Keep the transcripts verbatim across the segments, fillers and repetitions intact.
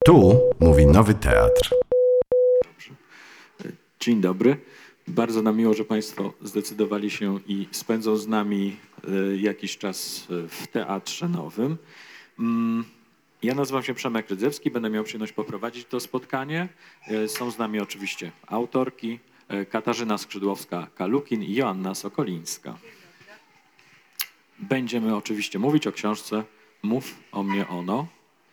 Tu mówi Nowy Teatr. Dobrze. Dzień dobry. Bardzo nam miło, że Państwo zdecydowali się i spędzą z nami jakiś czas w Teatrze Nowym. Ja nazywam się Przemek Rydzewski, będę miał przyjemność poprowadzić to spotkanie. Są z nami oczywiście autorki Katarzyna Skrzydłowska-Kalukin i Joanna Sokolińska. Będziemy oczywiście mówić o książce Mów o mnie ono.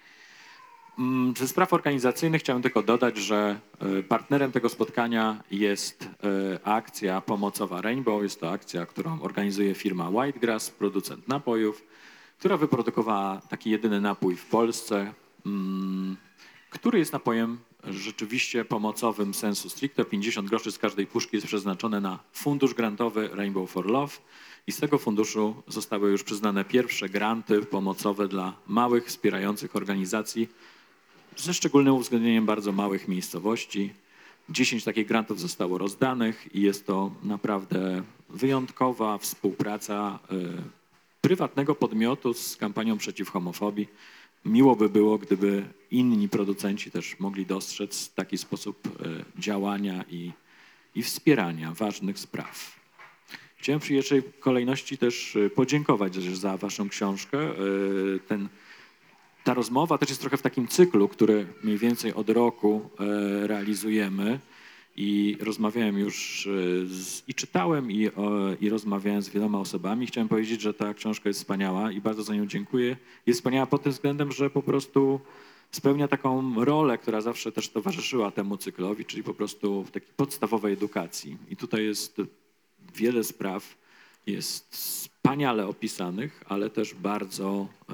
Ze spraw organizacyjnych chciałem tylko dodać, że partnerem tego spotkania jest akcja pomocowa Rainbow. Jest to akcja, którą organizuje firma Whitegrass, producent napojów, która wyprodukowała taki jedyny napój w Polsce, który jest napojem rzeczywiście pomocowym sensu stricte. pięćdziesiąt groszy z każdej puszki jest przeznaczone na fundusz grantowy Rainbow for Love i z tego funduszu zostały już przyznane pierwsze granty pomocowe dla małych, wspierających organizacji ze szczególnym uwzględnieniem bardzo małych miejscowości. dziesięć takich grantów zostało rozdanych i jest to naprawdę wyjątkowa współpraca y, prywatnego podmiotu z kampanią przeciw homofobii. Miło by było, gdyby inni producenci też mogli dostrzec taki sposób y, działania i, i wspierania ważnych spraw. Chciałem w pierwszej kolejności też podziękować za Waszą książkę. Y, ten Ta rozmowa też jest trochę w takim cyklu, który mniej więcej od roku e, realizujemy i rozmawiałem już z, i czytałem i, o, i rozmawiałem z wieloma osobami. Chciałem powiedzieć, że ta książka jest wspaniała i bardzo za nią dziękuję. Jest wspaniała pod tym względem, że po prostu spełnia taką rolę, która zawsze też towarzyszyła temu cyklowi, czyli po prostu w takiej podstawowej edukacji. I tutaj jest wiele spraw, jest wspaniale opisanych, ale też bardzo e,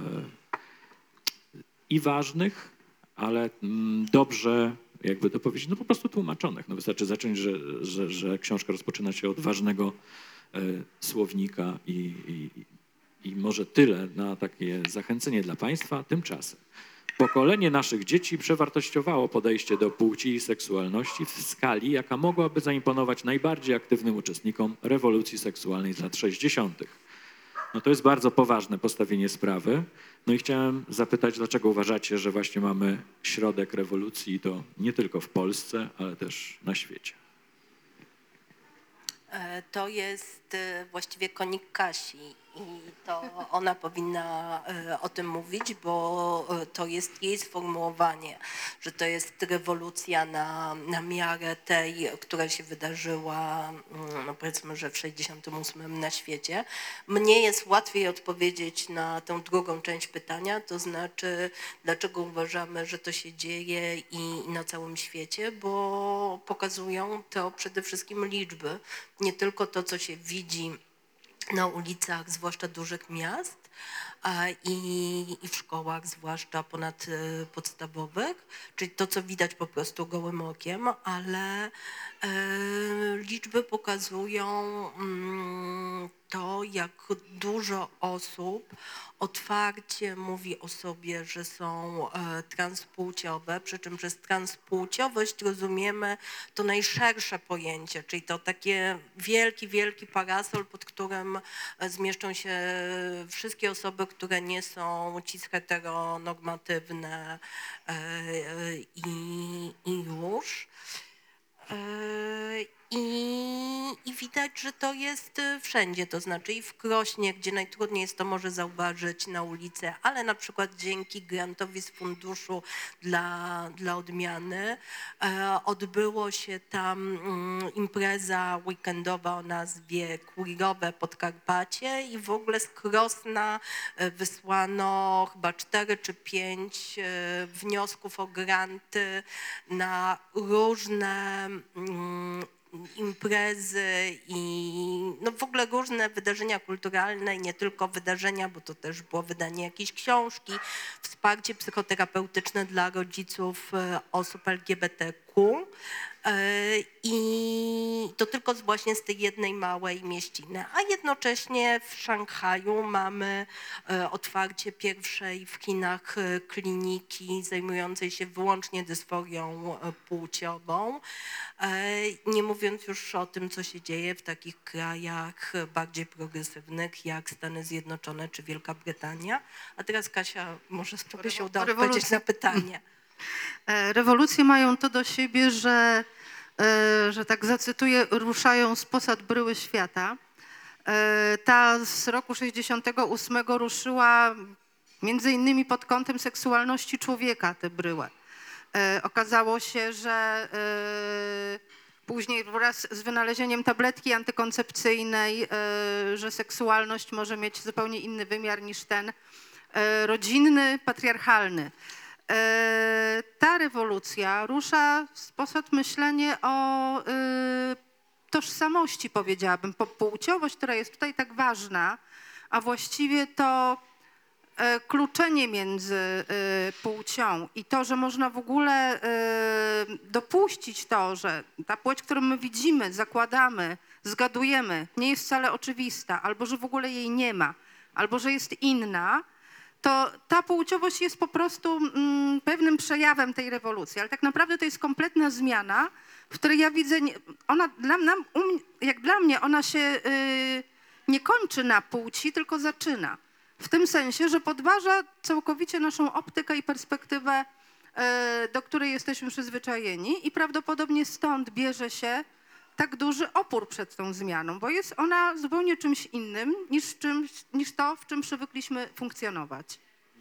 i ważnych, ale dobrze, jakby to powiedzieć, no po prostu tłumaczonych. No wystarczy zacząć, że, że, że książka rozpoczyna się od ważnego e, słownika i, i, i może tyle na takie zachęcenie dla Państwa. Tymczasem pokolenie naszych dzieci przewartościowało podejście do płci i seksualności w skali, jaka mogłaby zaimponować najbardziej aktywnym uczestnikom rewolucji seksualnej z lat sześćdziesiątych. No to jest bardzo poważne postawienie sprawy. No i chciałem zapytać, dlaczego uważacie, że właśnie mamy środek rewolucji i to nie tylko w Polsce, ale też na świecie? To jest właściwie konik Kasi i to ona powinna o tym mówić, bo to jest jej sformułowanie, że to jest rewolucja na, na miarę tej, która się wydarzyła, no powiedzmy, że w sześćdziesiątym ósmym na świecie. Mnie jest łatwiej odpowiedzieć na tę drugą część pytania, to znaczy dlaczego uważamy, że to się dzieje i na całym świecie, bo pokazują to przede wszystkim liczby, nie tylko to, co się widzi na ulicach, zwłaszcza dużych miast i, i w szkołach, zwłaszcza ponadpodstawowych, czyli to, co widać po prostu gołym okiem, ale e, liczby pokazują mm, to, jak dużo osób otwarcie mówi o sobie, że są e, transpłciowe, przy czym przez transpłciowość rozumiemy to najszersze pojęcie, czyli to takie wielki, wielki parasol, pod którym zmieszczą się wszystkie osoby, które nie są cis heteronormatywne e, i, i już. E, I, I widać, że to jest wszędzie, to znaczy i w Krośnie, gdzie najtrudniej jest to może zauważyć na ulicy, ale na przykład dzięki grantowi z funduszu dla, dla odmiany e, odbyło się tam mm, impreza weekendowa o nazwie Queerowe Podkarpacie i w ogóle z Krosna wysłano chyba cztery czy pięć e, wniosków o granty na różne mm, imprezy i no w ogóle różne wydarzenia kulturalne i nie tylko wydarzenia, bo to też było wydanie jakiejś książki, wsparcie psychoterapeutyczne dla rodziców osób L G B T Q. I to tylko właśnie z tej jednej małej mieściny. A jednocześnie w Szanghaju mamy otwarcie pierwszej w Chinach kliniki zajmującej się wyłącznie dysforią płciową. Nie mówiąc już o tym, co się dzieje w takich krajach bardziej progresywnych jak Stany Zjednoczone czy Wielka Brytania. A teraz Kasia, może spróbuj się uda odpowiedzieć na pytanie. E, Rewolucje mają to do siebie, że, e, że tak zacytuję, ruszają z posad bryły świata. E, Ta z roku sześćdziesiątego ósmego ruszyła między innymi pod kątem seksualności człowieka, tę bryłę. E, Okazało się, że e, później wraz z wynalezieniem tabletki antykoncepcyjnej, e, że seksualność może mieć zupełnie inny wymiar niż ten e, rodzinny, patriarchalny. E, Ta rewolucja rusza w sposób myślenia o e, tożsamości, powiedziałabym, po- płciowość, która jest tutaj tak ważna, a właściwie to e, kluczenie między e, płcią i to, że można w ogóle e, dopuścić to, że ta płeć, którą my widzimy, zakładamy, zgadujemy, nie jest wcale oczywista, albo że w ogóle jej nie ma, albo że jest inna, to ta płciowość jest po prostu mm, pewnym przejawem tej rewolucji. Ale tak naprawdę to jest kompletna zmiana, w której ja widzę, nie- ona dla, nam, um, jak dla mnie, ona się y, nie kończy na płci, tylko zaczyna. W tym sensie, że podważa całkowicie naszą optykę i perspektywę, y, do której jesteśmy przyzwyczajeni i prawdopodobnie stąd bierze się tak duży opór przed tą zmianą, bo jest ona zupełnie czymś innym niż, czymś, niż to, w czym przywykliśmy funkcjonować.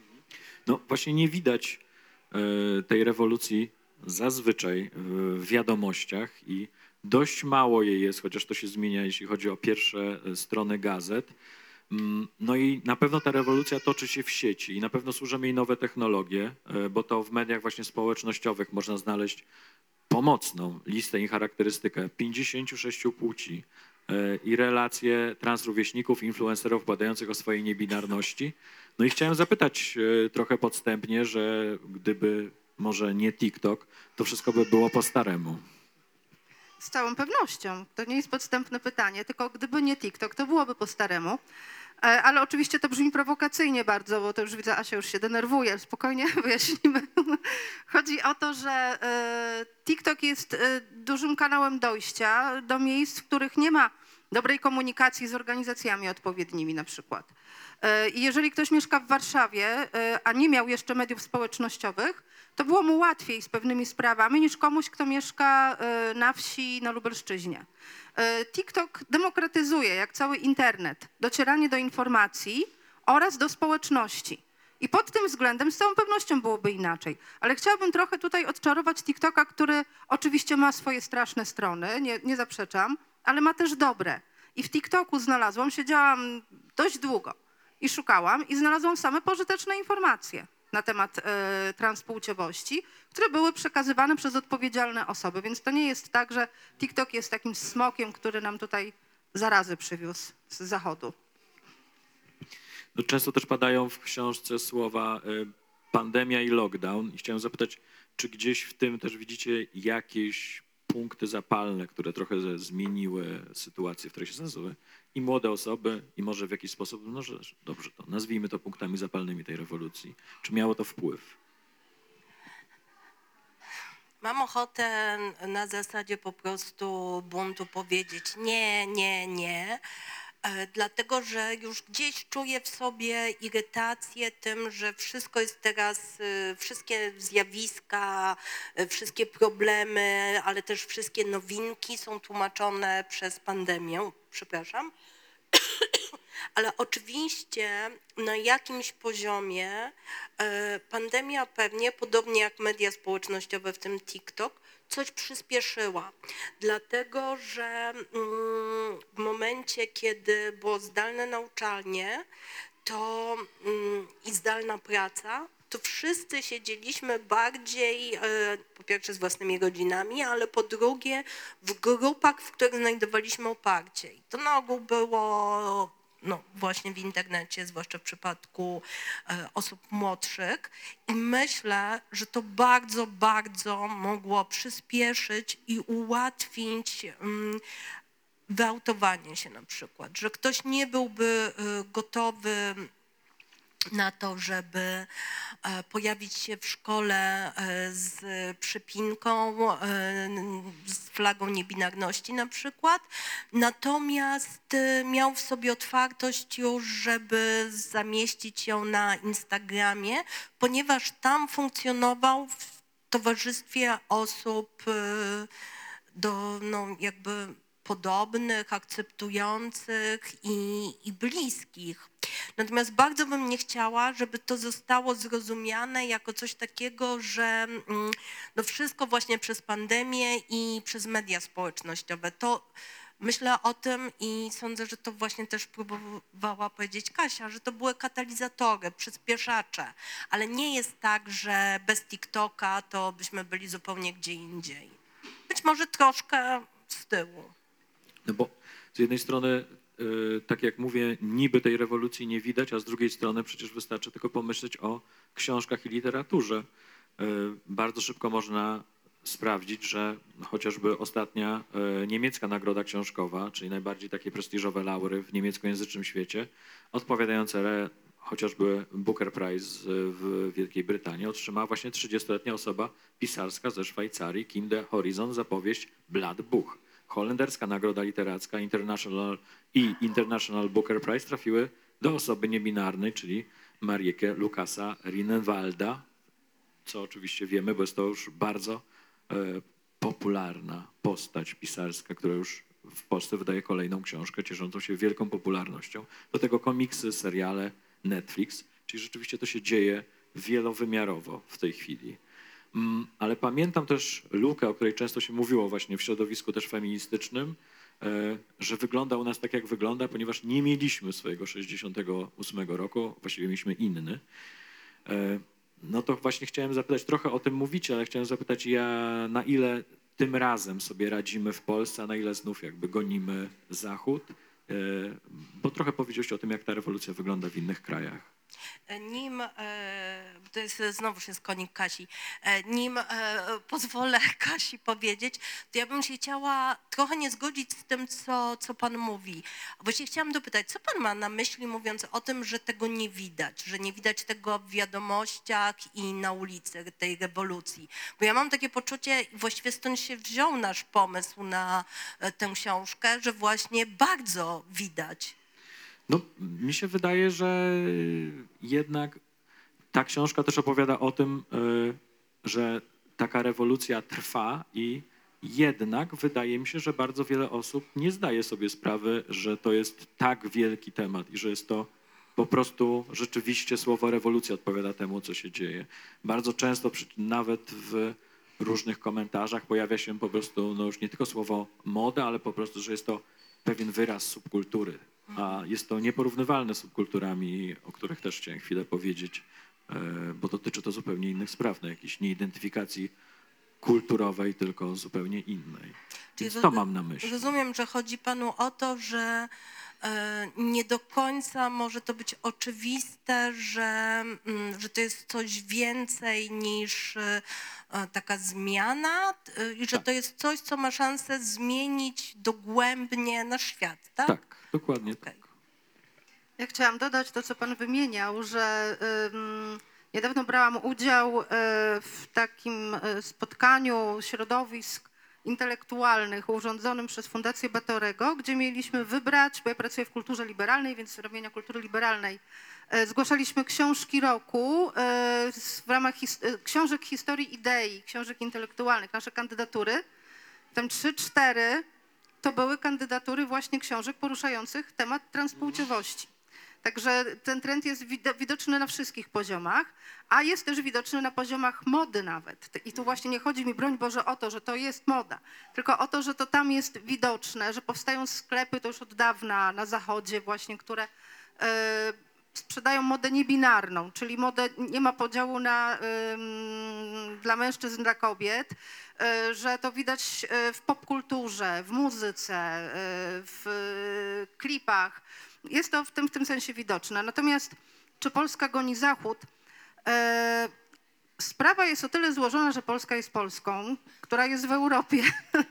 No właśnie nie widać e, tej rewolucji zazwyczaj w wiadomościach i dość mało jej jest, chociaż to się zmienia, jeśli chodzi o pierwsze e, strony gazet. Mm, No i na pewno ta rewolucja toczy się w sieci i na pewno służą jej nowe technologie, e, bo to w mediach właśnie społecznościowych można znaleźć pomocną listę i charakterystykę pięćdziesięciu sześciu płci e, i relacje transrówieśników, influencerów badających o swojej niebinarności. No i chciałem zapytać e, trochę podstępnie, że gdyby może nie TikTok, to wszystko by było po staremu. Z całą pewnością. To nie jest podstępne pytanie, tylko gdyby nie TikTok, to byłoby po staremu. E, Ale oczywiście to brzmi prowokacyjnie bardzo, bo to już widzę, Asia już się denerwuje. Spokojnie wyjaśnimy. Chodzi o to, że e, TikTok jest e, dużym kanałem dojścia do miejsc, w których nie ma dobrej komunikacji z organizacjami odpowiednimi na przykład. E, I jeżeli ktoś mieszka w Warszawie, e, a nie miał jeszcze mediów społecznościowych, to było mu łatwiej z pewnymi sprawami niż komuś, kto mieszka e, na wsi na Lubelszczyźnie. E, TikTok demokratyzuje, jak cały internet, docieranie do informacji oraz do społeczności. I pod tym względem z całą pewnością byłoby inaczej. Ale chciałabym trochę tutaj odczarować TikToka, który oczywiście ma swoje straszne strony, nie, nie zaprzeczam, ale ma też dobre. I w TikToku znalazłam, siedziałam dość długo i szukałam i znalazłam same pożyteczne informacje na temat e, transpłciowości, które były przekazywane przez odpowiedzialne osoby. Więc to nie jest tak, że TikTok jest takim smokiem, który nam tutaj zarazy przywiózł z zachodu. No, często też padają w książce słowa y, pandemia i lockdown i chciałem zapytać, czy gdzieś w tym też widzicie jakieś punkty zapalne, które trochę ze- zmieniły sytuację, w której się znalazły i młode osoby i może w jakiś sposób, no że, że dobrze to, nazwijmy to punktami zapalnymi tej rewolucji. Czy miało to wpływ? Mam ochotę na zasadzie po prostu buntu powiedzieć nie, nie, nie, e, dlatego że już gdzieś czuję w sobie irytację tym, że wszystko jest teraz, e, wszystkie zjawiska, e, wszystkie problemy, ale też wszystkie nowinki są tłumaczone przez pandemię, przepraszam. Ale oczywiście na jakimś poziomie e, pandemia pewnie, podobnie jak media społecznościowe, w tym TikTok, coś przyspieszyła. Dlatego, że mm, w momencie, kiedy było zdalne nauczanie to, mm, i zdalna praca, to wszyscy siedzieliśmy bardziej, e, po pierwsze z własnymi rodzinami, ale po drugie w grupach, w których znajdowaliśmy oparcie. I to na ogół było no, właśnie w internecie, zwłaszcza w przypadku e, osób młodszych. I myślę, że to bardzo, bardzo mogło przyspieszyć i ułatwić mm, wyautowanie się na przykład, że ktoś nie byłby e, gotowy na to, żeby e, pojawić się w szkole e, z przypinką, e, z flagą niebinarności na przykład, natomiast e, miał w sobie otwartość już, żeby zamieścić ją na Instagramie, ponieważ tam funkcjonował w towarzystwie osób y, do no, jakby podobnych, akceptujących i, i bliskich. Natomiast bardzo bym nie chciała, żeby to zostało zrozumiane jako coś takiego, że mm, no wszystko właśnie przez pandemię i przez media społecznościowe. To myślę o tym i sądzę, że to właśnie też próbowała powiedzieć Kasia, że to były katalizatory, przyspieszacze, ale nie jest tak, że bez TikToka to byśmy byli zupełnie gdzie indziej. Być może troszkę z tyłu. No bo z jednej strony, y, tak jak mówię, niby tej rewolucji nie widać, a z drugiej strony przecież wystarczy tylko pomyśleć o książkach i literaturze. Y, bardzo szybko można sprawdzić, że chociażby ostatnia y, niemiecka nagroda książkowa, czyli najbardziej takie prestiżowe laury w niemieckojęzycznym świecie, odpowiadające re, chociażby Booker Prize w Wielkiej Brytanii, otrzymała właśnie trzydziestoletnia osoba pisarska ze Szwajcarii, Kim de Horizon, za powieść Blood Buch. Holenderska nagroda literacka International i International Booker Prize trafiły do osoby niebinarnej, czyli Marieke Lukasa Rinenwalda, co oczywiście wiemy, bo jest to już bardzo e, popularna postać pisarska, która już w Polsce wydaje kolejną książkę cieszącą się wielką popularnością. Do tego komiksy, seriale, Netflix, czyli rzeczywiście to się dzieje wielowymiarowo w tej chwili. Ale pamiętam też lukę, o której często się mówiło właśnie w środowisku też feministycznym, że wygląda u nas tak, jak wygląda, ponieważ nie mieliśmy swojego sześćdziesiątego ósmego roku, właściwie mieliśmy inny. No to właśnie chciałem zapytać, trochę o tym mówicie, ale chciałem zapytać, ja, na ile tym razem sobie radzimy w Polsce, a na ile znów jakby gonimy Zachód, bo trochę powiedziałeś o tym, jak ta rewolucja wygląda w innych krajach. Nim, to jest znowu jest konik Kasi, nim pozwolę Kasi powiedzieć, to ja bym się chciała trochę nie zgodzić z tym, co, co pan mówi. Właściwie chciałam dopytać, co pan ma na myśli, mówiąc o tym, że tego nie widać, że nie widać tego w wiadomościach i na ulicy, tej rewolucji. Bo ja mam takie poczucie, właściwie stąd się wziął nasz pomysł na tę książkę, że właśnie bardzo widać. No, mi się wydaje, że jednak ta książka też opowiada o tym, że taka rewolucja trwa i jednak wydaje mi się, że bardzo wiele osób nie zdaje sobie sprawy, że to jest tak wielki temat i że jest to po prostu rzeczywiście słowo rewolucja odpowiada temu, co się dzieje. Bardzo często nawet w różnych komentarzach pojawia się po prostu no już nie tylko słowo moda, ale po prostu, że jest to pewien wyraz subkultury. A jest to nieporównywalne z subkulturami, o których też chciałem chwilę powiedzieć, bo dotyczy to zupełnie innych spraw, no jakiejś nieidentyfikacji kulturowej, tylko zupełnie innej. Więc to mam na myśli. Rozumiem, że chodzi panu o to, że nie do końca może to być oczywiste, że, że to jest coś więcej niż taka zmiana i że tak. to jest coś, co ma szansę zmienić dogłębnie nasz świat, tak? Tak, dokładnie Okay. tak. Ja chciałam dodać to, co pan wymieniał, że um, niedawno brałam udział y, w takim y, spotkaniu środowisk intelektualnych urządzonym przez Fundację Batorego, gdzie mieliśmy wybrać, bo ja pracuję w kulturze liberalnej, więc z ramienia kultury liberalnej y, zgłaszaliśmy książki roku y, w ramach his, y, książek historii idei, książek intelektualnych, nasze kandydatury. Tam trzy, cztery to były kandydatury właśnie książek poruszających temat transpłciowości. Także ten trend jest widoczny na wszystkich poziomach, a jest też widoczny na poziomach mody nawet. I tu właśnie nie chodzi mi, broń Boże, o to, że to jest moda, tylko o to, że to tam jest widoczne, że powstają sklepy to już od dawna na zachodzie właśnie, które y, sprzedają modę niebinarną, czyli modę nie ma podziału na, y, dla mężczyzn, dla kobiet, y, że to widać w popkulturze, w muzyce, y, w klipach. Jest to w tym, w tym sensie widoczne. Natomiast czy Polska goni Zachód? E, sprawa jest o tyle złożona, że Polska jest Polską, która jest w Europie,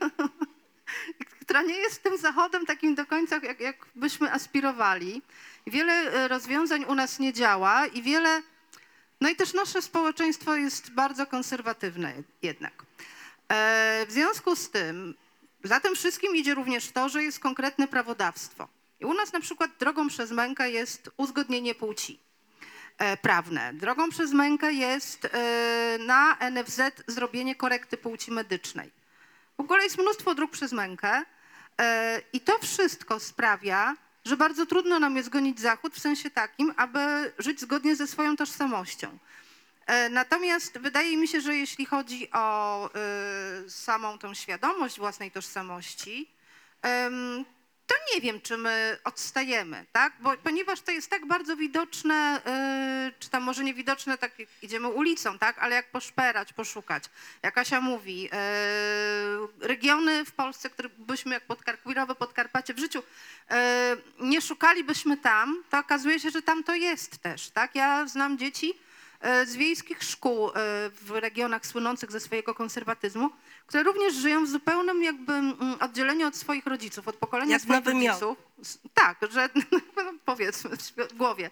która nie jest tym Zachodem takim do końca, jak, jak byśmy aspirowali. Wiele rozwiązań u nas nie działa i wiele, no i też nasze społeczeństwo jest bardzo konserwatywne jednak. E, w związku z tym, za tym wszystkim idzie również to, że jest konkretne prawodawstwo. I u nas na przykład drogą przez mękę jest uzgodnienie płci. e, prawne. Drogą przez mękę jest e, na N F Z zrobienie korekty płci medycznej. W ogóle jest mnóstwo dróg przez mękę e, i to wszystko sprawia, że bardzo trudno nam jest gonić Zachód w sensie takim, aby żyć zgodnie ze swoją tożsamością. E, natomiast wydaje mi się, że jeśli chodzi o e, samą tą świadomość własnej tożsamości, em, to nie wiem, czy my odstajemy, tak? Bo, ponieważ to jest tak bardzo widoczne, yy, czy tam może nie widoczne, tak jak idziemy ulicą, tak? Ale jak poszperać, poszukać. Jak Asia mówi, yy, regiony w Polsce, które byśmy jak Podkar- queerowe Podkarpacie w życiu yy, nie szukalibyśmy tam, to okazuje się, że tam to jest też, tak? Ja znam dzieci z wiejskich szkół w regionach słynących ze swojego konserwatyzmu, które również żyją w zupełnym jakby oddzieleniu od swoich rodziców, od pokolenia Jak w swoich Nowym rodziców. Tak, że no powiedzmy w głowie,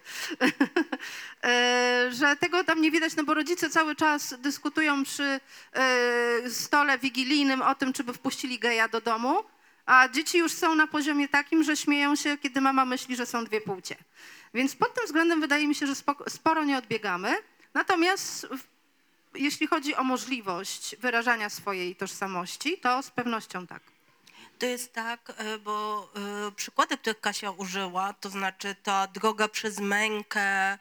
że tego tam nie widać, no bo rodzice cały czas dyskutują przy stole wigilijnym o tym, czy by wpuścili geja do domu, a dzieci już są na poziomie takim, że śmieją się, kiedy mama myśli, że są dwie płcie. Więc pod tym względem wydaje mi się, że sporo nie odbiegamy. Natomiast jeśli chodzi o możliwość wyrażania swojej tożsamości, to z pewnością tak. To jest tak, bo przykłady, które Kasia użyła, to znaczy ta droga przez mękę,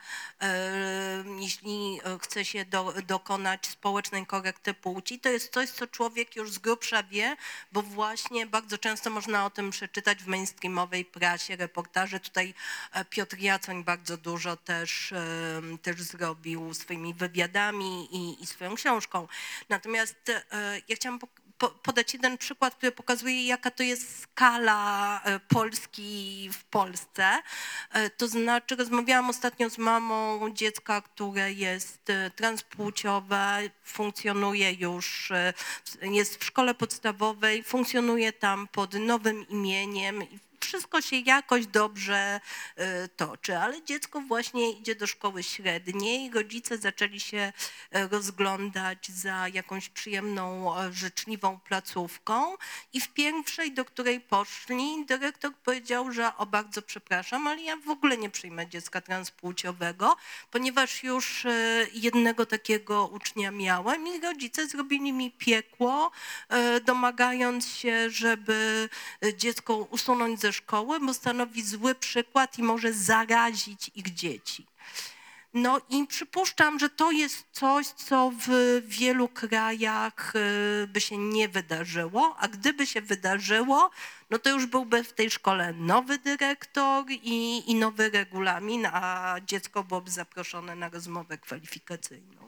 jeśli chce się do, dokonać społecznej korekty płci, to jest coś, co człowiek już z grubsza wie, bo właśnie bardzo często można o tym przeczytać w mainstreamowej prasie, reportaże. Tutaj Piotr Jacoń bardzo dużo też, też zrobił swoimi wywiadami i, i swoją książką. Natomiast ja chciałam pokazać, podać jeden przykład, który pokazuje, jaka to jest skala Polski w Polsce. To znaczy, rozmawiałam ostatnio z mamą dziecka, które jest transpłciowe, funkcjonuje już, jest w szkole podstawowej, funkcjonuje tam pod nowym imieniem. Wszystko się jakoś dobrze toczy, ale dziecko właśnie idzie do szkoły średniej. Rodzice zaczęli się rozglądać za jakąś przyjemną, życzliwą placówką i w pierwszej, do której poszli, dyrektor powiedział, że o bardzo przepraszam, ale ja w ogóle nie przyjmę dziecka transpłciowego, ponieważ już jednego takiego ucznia miałem i rodzice zrobili mi piekło, domagając się, żeby dziecko usunąć ze szkoły, bo stanowi zły przykład i może zarazić ich dzieci. No i przypuszczam, że to jest coś, co w wielu krajach by się nie wydarzyło, a gdyby się wydarzyło, no to już byłby w tej szkole nowy dyrektor i, i nowy regulamin, a dziecko byłoby zaproszone na rozmowę kwalifikacyjną.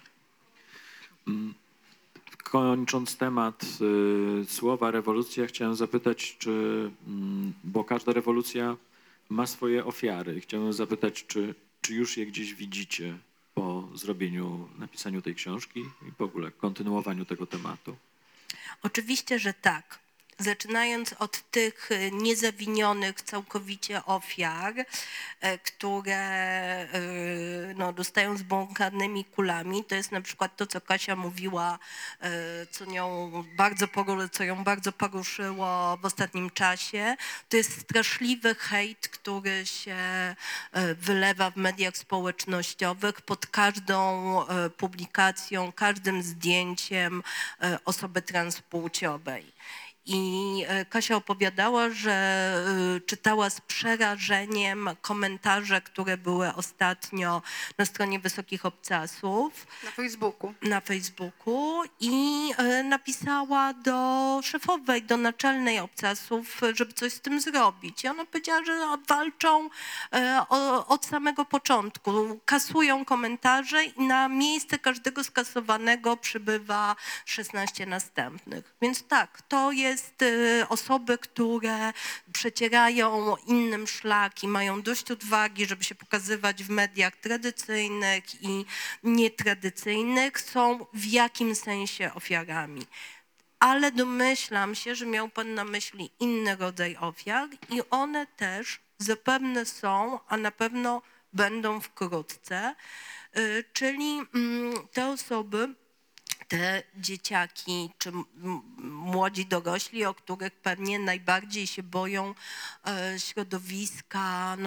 Kończąc temat y, słowa rewolucja, chciałem zapytać, czy, y, bo każda rewolucja ma swoje ofiary. Chciałem zapytać, czy, czy już je gdzieś widzicie po zrobieniu, napisaniu tej książki i w ogóle kontynuowaniu tego tematu? Oczywiście, że tak. Zaczynając od tych niezawinionych całkowicie ofiar, które no, dostają zbłąkanymi kulami. To jest na przykład to, co Kasia mówiła, co, nią bardzo, co ją bardzo poruszyło w ostatnim czasie. To jest straszliwy hejt, który się wylewa w mediach społecznościowych pod każdą publikacją, każdym zdjęciem osoby transpłciowej. I Kasia opowiadała, że czytała z przerażeniem komentarze, które były ostatnio na stronie Wysokich Obcasów. Na Facebooku. Na Facebooku i napisała do szefowej, do naczelnej Obcasów, żeby coś z tym zrobić. I ona powiedziała, że walczą od samego początku. Kasują komentarze i na miejsce każdego skasowanego przybywa szesnaście następnych. Więc tak, to jest osoby, które przecierają innym szlak i mają dość odwagi, żeby się pokazywać w mediach tradycyjnych i nietradycyjnych, są w jakim sensie ofiarami. Ale domyślam się, że miał pan na myśli inny rodzaj ofiar i one też zapewne są, a na pewno będą wkrótce, czyli te osoby, te dzieciaki czy młodzi dorośli, o których pewnie najbardziej się boją środowiska no,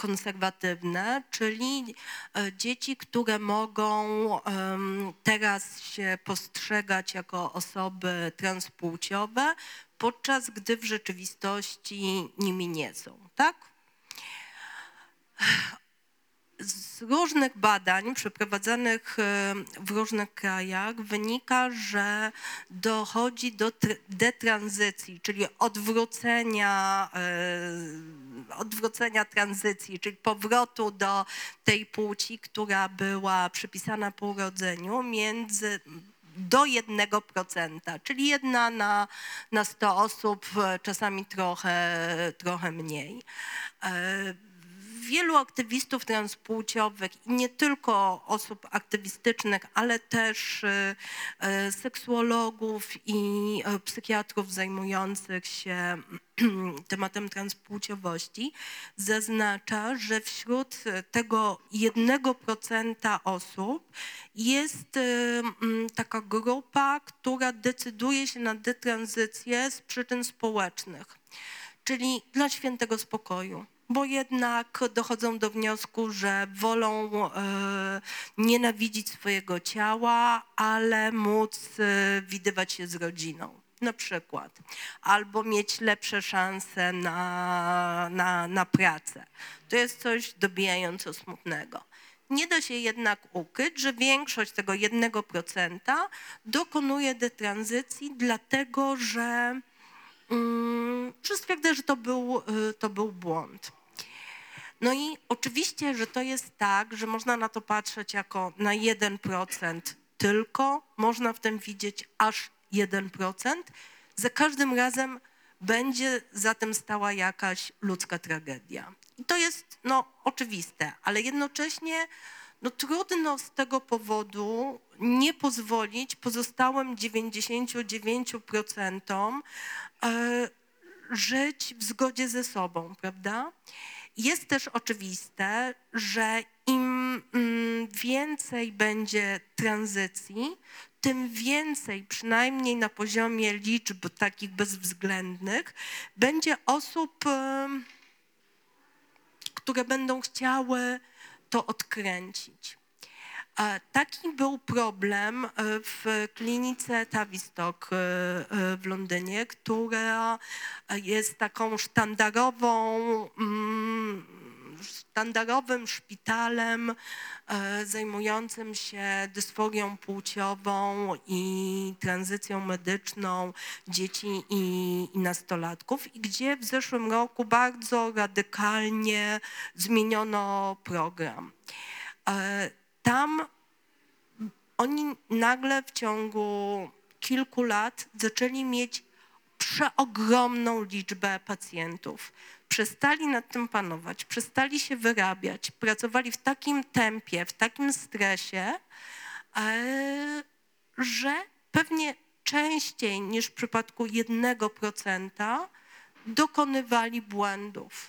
konserwatywne, czyli e, dzieci, które mogą em, teraz się postrzegać jako osoby transpłciowe, podczas gdy w rzeczywistości nimi nie są, tak? Z różnych badań przeprowadzanych e, w różnych krajach wynika, że dochodzi do tr- detranzycji, czyli odwrócenia, e, odwrócenia tranzycji, czyli powrotu do tej płci, która była przypisana po urodzeniu, między do jednego procenta, czyli jedna na, na sto osób, e, czasami trochę, trochę mniej. E, Wielu aktywistów transpłciowych i nie tylko osób aktywistycznych, ale też e, e, seksuologów i e, psychiatrów zajmujących się tematem transpłciowości zaznacza, że wśród tego jednego procenta osób jest e, m, taka grupa, która decyduje się na detranzycję z przyczyn społecznych, czyli dla świętego spokoju, bo jednak dochodzą do wniosku, że wolą e, nienawidzić swojego ciała, ale móc e, widywać się z rodziną, na przykład, albo mieć lepsze szanse na, na, na pracę. To jest coś dobijająco smutnego. Nie da się jednak ukryć, że większość tego jednego procenta dokonuje detranzycji, dlatego że że stwierdza, że to był, to był błąd. No i oczywiście, że to jest tak, że można na to patrzeć jako na jeden procent tylko, można w tym widzieć aż jeden procent. Za każdym razem będzie za tym stała jakaś ludzka tragedia. I to jest no, oczywiste, ale jednocześnie no, trudno z tego powodu nie pozwolić pozostałym dziewięćdziesięciu dziewięciu procentom e, żyć w zgodzie ze sobą, prawda? Jest też oczywiste, że im mm, więcej będzie tranzycji, tym więcej, przynajmniej na poziomie liczb takich bezwzględnych, będzie osób, e, które będą chciały to odkręcić. Taki był problem w klinice Tavistock w Londynie, która jest taką sztandarową, sztandarowym szpitalem zajmującym się dysforią płciową i tranzycją medyczną dzieci i, i nastolatków, i gdzie w zeszłym roku bardzo radykalnie zmieniono program. Tam oni nagle w ciągu kilku lat zaczęli mieć przeogromną liczbę pacjentów. Przestali nad tym panować, przestali się wyrabiać, pracowali w takim tempie, w takim stresie, że pewnie częściej niż w przypadku jednego procenta dokonywali błędów.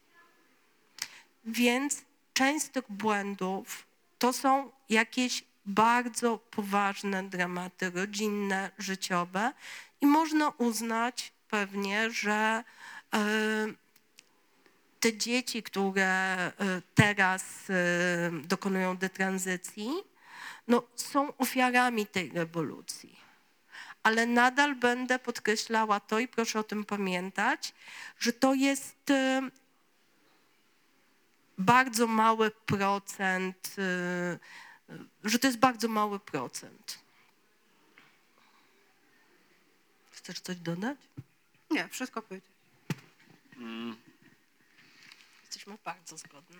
Więc część z tych błędów to są jakieś bardzo poważne dramaty rodzinne, życiowe i można uznać pewnie, że y, te dzieci, które y, teraz y, dokonują detranzycji, no, są ofiarami tej rewolucji. Ale nadal będę podkreślała to i proszę o tym pamiętać, że to jest y, bardzo mały procent, że to jest bardzo mały procent. Chcesz coś dodać? Nie, wszystko powiedzieć. Mm. Jesteśmy bardzo zgodne.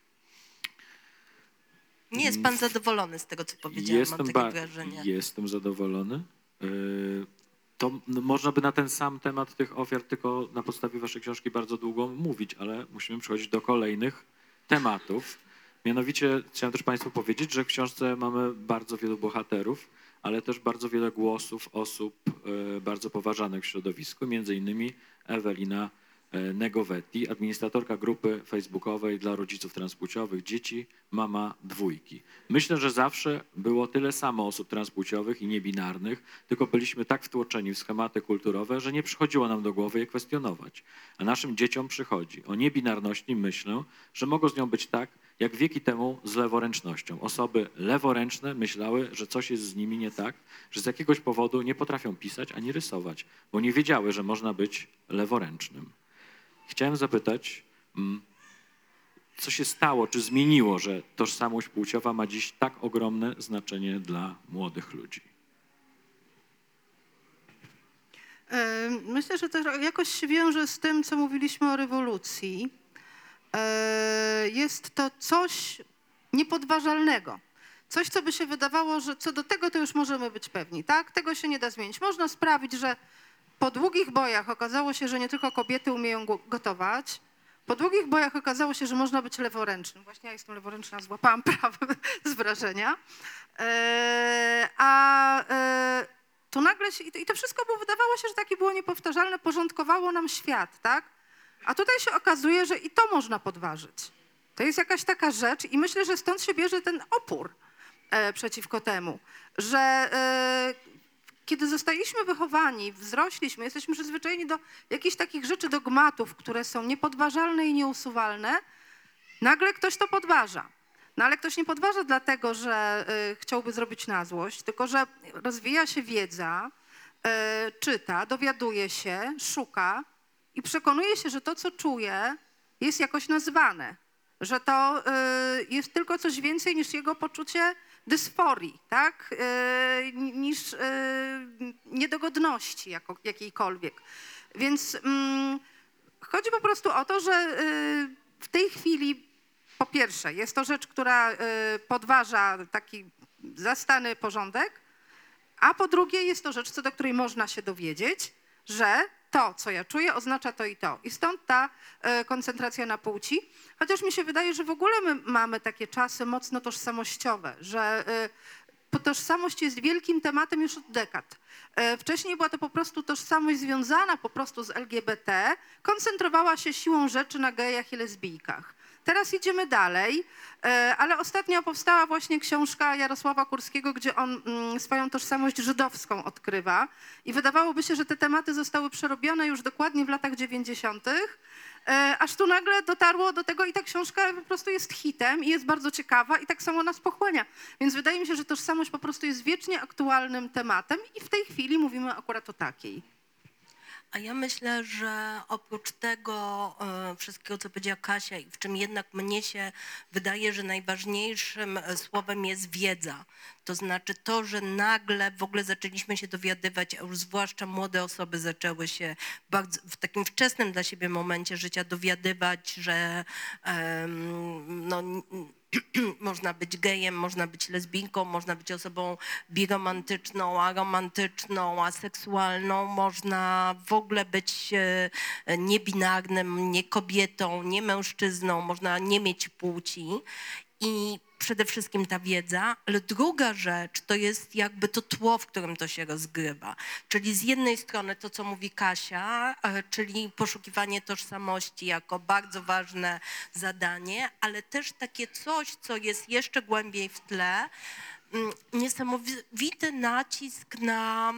Nie jest pan zadowolony z tego, co powiedziałam, Jestem mam takie ba- wrażenie. Jestem zadowolony. Yy, to no, można by na ten sam temat tych ofiar tylko na podstawie waszej książki bardzo długo mówić, ale musimy przechodzić do kolejnych tematów. Mianowicie chciałem też państwu powiedzieć, że w książce mamy bardzo wielu bohaterów, ale też bardzo wiele głosów osób yy, bardzo poważanych w środowisku, między innymi Ewelina Negovetti, administratorka grupy facebookowej dla rodziców transpłciowych dzieci, mama dwójki. Myślę, że zawsze było tyle samo osób transpłciowych i niebinarnych, tylko byliśmy tak wtłoczeni w schematy kulturowe, że nie przychodziło nam do głowy je kwestionować. A naszym dzieciom przychodzi. O niebinarności myślę, że mogło z nią być tak, jak wieki temu z leworęcznością. Osoby leworęczne myślały, że coś jest z nimi nie tak, że z jakiegoś powodu nie potrafią pisać ani rysować, bo nie wiedziały, że można być leworęcznym. Chciałem zapytać, co się stało, czy zmieniło, że tożsamość płciowa ma dziś tak ogromne znaczenie dla młodych ludzi? Myślę, że to jakoś się wiąże z tym, co mówiliśmy o rewolucji. Jest to coś niepodważalnego. Coś, co by się wydawało, że co do tego to już możemy być pewni, tak? Tego się nie da zmienić. Można sprawić, że po długich bojach okazało się, że nie tylko kobiety umieją gotować. Po długich bojach okazało się, że można być leworęcznym. Właśnie ja jestem leworęczna, złapałam prawo z wrażenia. A to nagle się, i to wszystko było, wydawało się, że takie było niepowtarzalne, porządkowało nam świat, tak? A tutaj się okazuje, że i to można podważyć. To jest jakaś taka rzecz i myślę, że stąd się bierze ten opór e, przeciwko temu, że e, kiedy zostaliśmy wychowani, wzrośliśmy, jesteśmy przyzwyczajeni do jakichś takich rzeczy, dogmatów, które są niepodważalne i nieusuwalne, nagle ktoś to podważa. No ale ktoś nie podważa dlatego, że e, chciałby zrobić na złość, tylko że rozwija się wiedza, e, czyta, dowiaduje się, szuka, i przekonuje się, że to, co czuje, jest jakoś nazwane, że to y, jest tylko coś więcej niż jego poczucie dysforii, tak? Y, niż y, niedogodności jako, jakiejkolwiek. Więc y, chodzi po prostu o to, że y, w tej chwili, po pierwsze, jest to rzecz, która y, podważa taki zastany porządek, a po drugie jest to rzecz, co do której można się dowiedzieć, że to, co ja czuję, oznacza to i to. I stąd ta e, koncentracja na płci. Chociaż mi się wydaje, że w ogóle my mamy takie czasy mocno tożsamościowe, że e, tożsamość jest wielkim tematem już od dekad. E, wcześniej była to po prostu tożsamość związana po prostu z L G B T, koncentrowała się siłą rzeczy na gejach i lesbijkach. Teraz idziemy dalej, ale ostatnio powstała właśnie książka Jarosława Kurskiego, gdzie on swoją tożsamość żydowską odkrywa i wydawałoby się, że te tematy zostały przerobione już dokładnie w latach dziewięćdziesiątych, aż tu nagle dotarło do tego i ta książka po prostu jest hitem i jest bardzo ciekawa i tak samo nas pochłania. Więc wydaje mi się, że tożsamość po prostu jest wiecznie aktualnym tematem i w tej chwili mówimy akurat o takiej. A ja myślę, że oprócz tego e, wszystkiego, co powiedziała Kasia i w czym jednak mnie się wydaje, że najważniejszym słowem jest wiedza. To znaczy to, że nagle w ogóle zaczęliśmy się dowiadywać, a już zwłaszcza młode osoby zaczęły się bardzo, w takim wczesnym dla siebie momencie życia dowiadywać, że e, no, można być gejem, można być lesbijką, można być osobą biromantyczną, aromantyczną, aseksualną, można w ogóle być niebinarnym, nie kobietą, nie mężczyzną, można nie mieć płci i przede wszystkim ta wiedza, ale druga rzecz to jest jakby to tło, w którym to się rozgrywa. Czyli z jednej strony to, co mówi Kasia, czyli poszukiwanie tożsamości jako bardzo ważne zadanie, ale też takie coś, co jest jeszcze głębiej w tle, niesamowity nacisk na,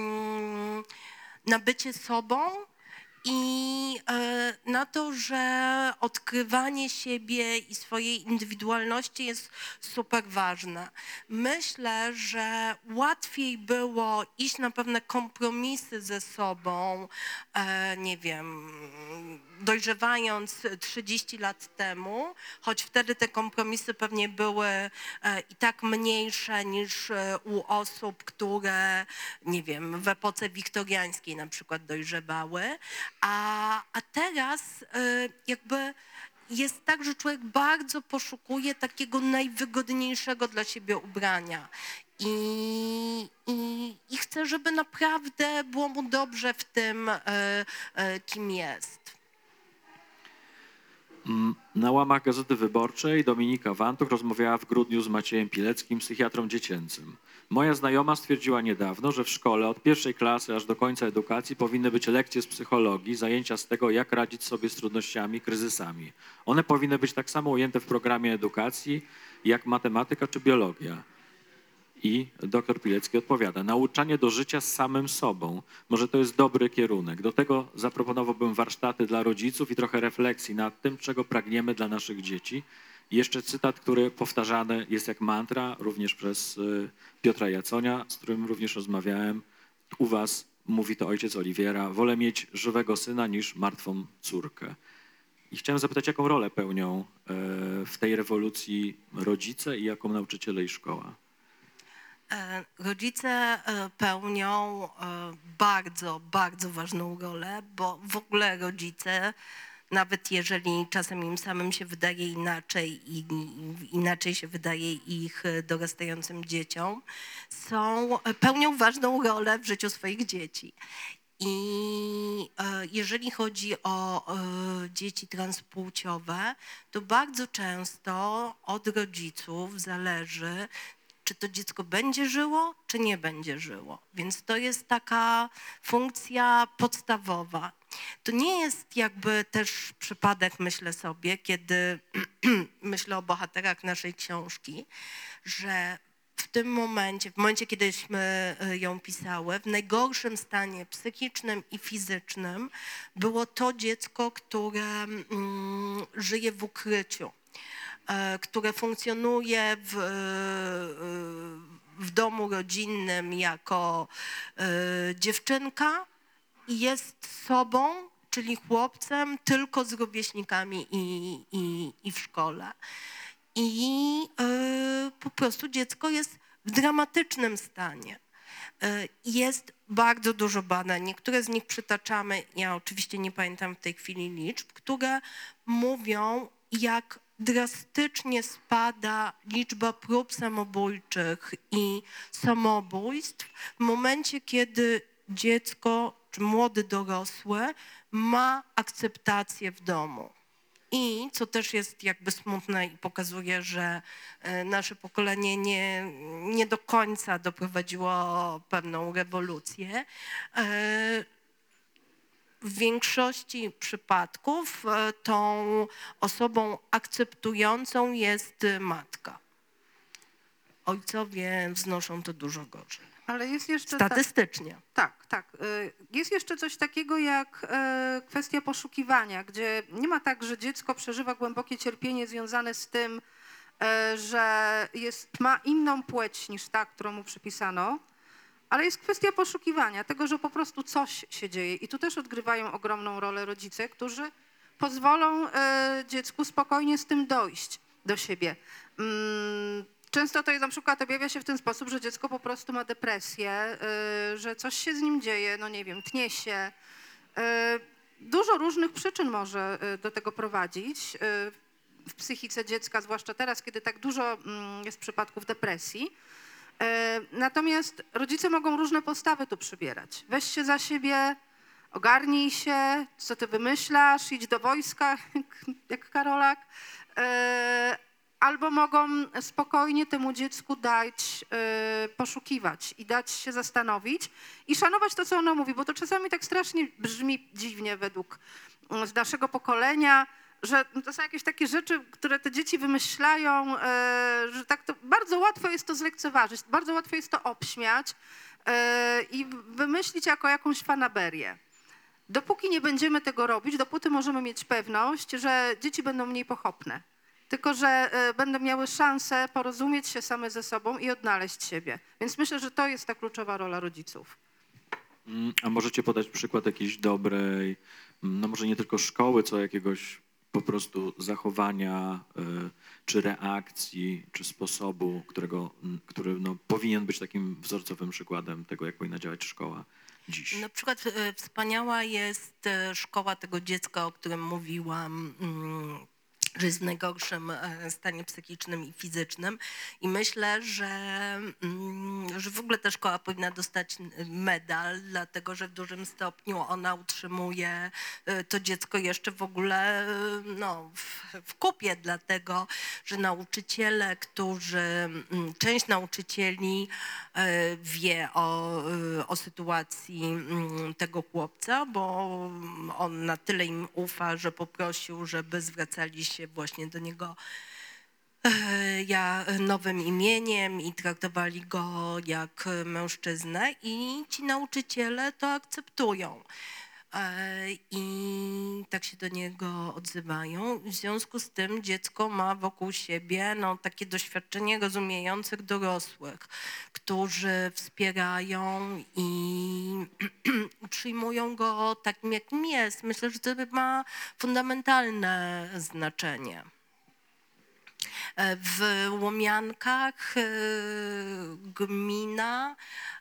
na bycie sobą, i na to, że odkrywanie siebie i swojej indywidualności jest super ważne. Myślę, że łatwiej było iść na pewne kompromisy ze sobą, nie wiem, dojrzewając trzydzieści lat temu, choć wtedy te kompromisy pewnie były i tak mniejsze niż u osób, które, nie wiem, w epoce wiktoriańskiej na przykład dojrzewały. A, a teraz y, jakby jest tak, że człowiek bardzo poszukuje takiego najwygodniejszego dla siebie ubrania i, i, i chce, żeby naprawdę było mu dobrze w tym, y, y, kim jest. Na łamach Gazety Wyborczej Dominika Wantuch rozmawiała w grudniu z Maciejem Pileckim, psychiatrą dziecięcym. Moja znajoma stwierdziła niedawno, że w szkole od pierwszej klasy aż do końca edukacji powinny być lekcje z psychologii, zajęcia z tego, jak radzić sobie z trudnościami, kryzysami. One powinny być tak samo ujęte w programie edukacji, jak matematyka czy biologia. I doktor Pilecki odpowiada, nauczanie do życia z samym sobą. Może to jest dobry kierunek. Do tego zaproponowałbym warsztaty dla rodziców i trochę refleksji nad tym, czego pragniemy dla naszych dzieci. I jeszcze cytat, który powtarzany jest jak mantra, również przez Piotra Jaconia, z którym również rozmawiałem. U was mówi to ojciec Oliwiera, wolę mieć żywego syna niż martwą córkę. I chciałem zapytać, jaką rolę pełnią w tej rewolucji rodzice i jaką nauczyciele i szkoła? Rodzice pełnią bardzo, bardzo ważną rolę, bo w ogóle rodzice, nawet jeżeli czasem im samym się wydaje inaczej i inaczej się wydaje ich dorastającym dzieciom, są, pełnią ważną rolę w życiu swoich dzieci. I jeżeli chodzi o dzieci transpłciowe, to bardzo często od rodziców zależy, czy to dziecko będzie żyło, czy nie będzie żyło. Więc to jest taka funkcja podstawowa. To nie jest jakby też przypadek, myślę sobie, kiedy myślę o bohaterach naszej książki, że w tym momencie, w momencie, kiedyśmy ją pisały, w najgorszym stanie psychicznym i fizycznym było to dziecko, które mm, żyje w ukryciu, które funkcjonuje w, w domu rodzinnym jako dziewczynka i jest sobą, czyli chłopcem, tylko z rówieśnikami i, i, i w szkole. I po prostu dziecko jest w dramatycznym stanie. Jest bardzo dużo badań, niektóre z nich przytaczamy, ja oczywiście nie pamiętam w tej chwili liczb, które mówią, jak drastycznie spada liczba prób samobójczych i samobójstw w momencie, kiedy dziecko czy młody dorosły ma akceptację w domu. I co też jest jakby smutne i pokazuje, że nasze pokolenie nie, nie do końca doprowadziło pewną rewolucję, w większości przypadków tą osobą akceptującą jest matka. Ojcowie znoszą to dużo gorzej. Ale jest jeszcze statystycznie. Tak, tak. tak. Jest jeszcze coś takiego jak kwestia poszukiwania, gdzie nie ma tak, że dziecko przeżywa głębokie cierpienie związane z tym, że jest, ma inną płeć niż ta, którą mu przypisano, ale jest kwestia poszukiwania, tego, że po prostu coś się dzieje. I tu też odgrywają ogromną rolę rodzice, którzy pozwolą dziecku spokojnie z tym dojść do siebie. Często to jest, na przykład objawia się w ten sposób, że dziecko po prostu ma depresję, że coś się z nim dzieje, no nie wiem, tnie się. Dużo różnych przyczyn może do tego prowadzić w psychice dziecka, zwłaszcza teraz, kiedy tak dużo jest przypadków depresji. Natomiast rodzice mogą różne postawy tu przybierać. Weź się za siebie, ogarnij się, co ty wymyślasz, idź do wojska, jak Karolak. Albo mogą spokojnie temu dziecku dać y, poszukiwać i dać się zastanowić i szanować to, co ono mówi, bo to czasami tak strasznie brzmi dziwnie według z naszego pokolenia, że to są jakieś takie rzeczy, które te dzieci wymyślają, y, że tak to bardzo łatwo jest to zlekceważyć, bardzo łatwo jest to obśmiać y, i wymyślić jako jakąś fanaberię. Dopóki nie będziemy tego robić, dopóty możemy mieć pewność, że dzieci będą mniej pochopne. Tylko że będą miały szansę porozumieć się same ze sobą i odnaleźć siebie. Więc myślę, że to jest ta kluczowa rola rodziców. A możecie podać przykład jakiejś dobrej, no może nie tylko szkoły, co jakiegoś po prostu zachowania, czy reakcji, czy sposobu, którego, który no, powinien być takim wzorcowym przykładem tego, jak powinna działać szkoła dziś? Na przykład wspaniała jest szkoła tego dziecka, o którym mówiłam, że jest w najgorszym stanie psychicznym i fizycznym. I myślę, że że w ogóle ta szkoła powinna dostać medal, dlatego że w dużym stopniu ona utrzymuje to dziecko jeszcze w ogóle no, w, w kupie, dlatego że nauczyciele, którzy, część nauczycieli wie o, o sytuacji tego chłopca, bo on na tyle im ufa, że poprosił, żeby zwracali się właśnie do niego ja nowym imieniem i traktowali go jak mężczyznę i ci nauczyciele to akceptują. I tak się do niego odzywają. W związku z tym dziecko ma wokół siebie no, takie doświadczenie rozumiejących dorosłych, którzy wspierają i przyjmują go takim, jakim jest. Myślę, że to ma fundamentalne znaczenie. W Łomiankach gmina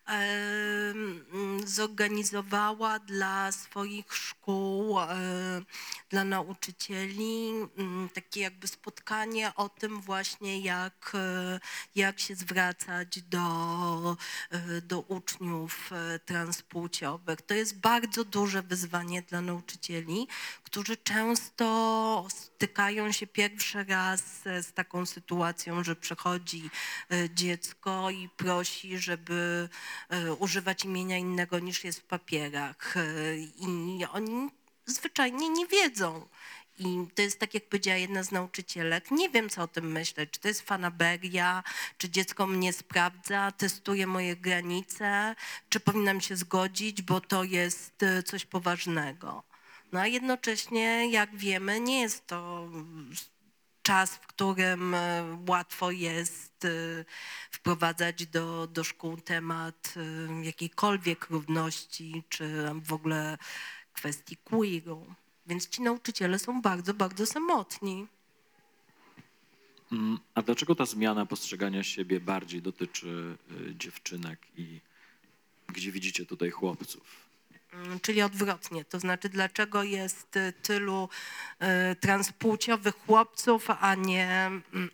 zorganizowała dla swoich szkół, dla nauczycieli takie jakby spotkanie o tym właśnie, jak, jak się zwracać do, do uczniów transpłciowych. To jest bardzo duże wyzwanie dla nauczycieli, którzy często stykają się pierwszy raz z taką sytuacją, że przychodzi dziecko i prosi, żeby używać imienia innego niż jest w papierach. I oni zwyczajnie nie wiedzą. I to jest tak, jak powiedziała jedna z nauczycielek, nie wiem, co o tym myśleć, czy to jest fanaberia, czy dziecko mnie sprawdza, testuje moje granice, czy powinnam się zgodzić, bo to jest coś poważnego. No a jednocześnie, jak wiemy, nie jest to czas, w którym łatwo jest wprowadzać do, do szkół temat jakiejkolwiek równości, czy w ogóle kwestii queeru. Więc ci nauczyciele są bardzo, bardzo samotni. A dlaczego ta zmiana postrzegania siebie bardziej dotyczy dziewczynek i gdzie widzicie tutaj chłopców? Czyli odwrotnie, to znaczy dlaczego jest tylu y, transpłciowych chłopców, a nie...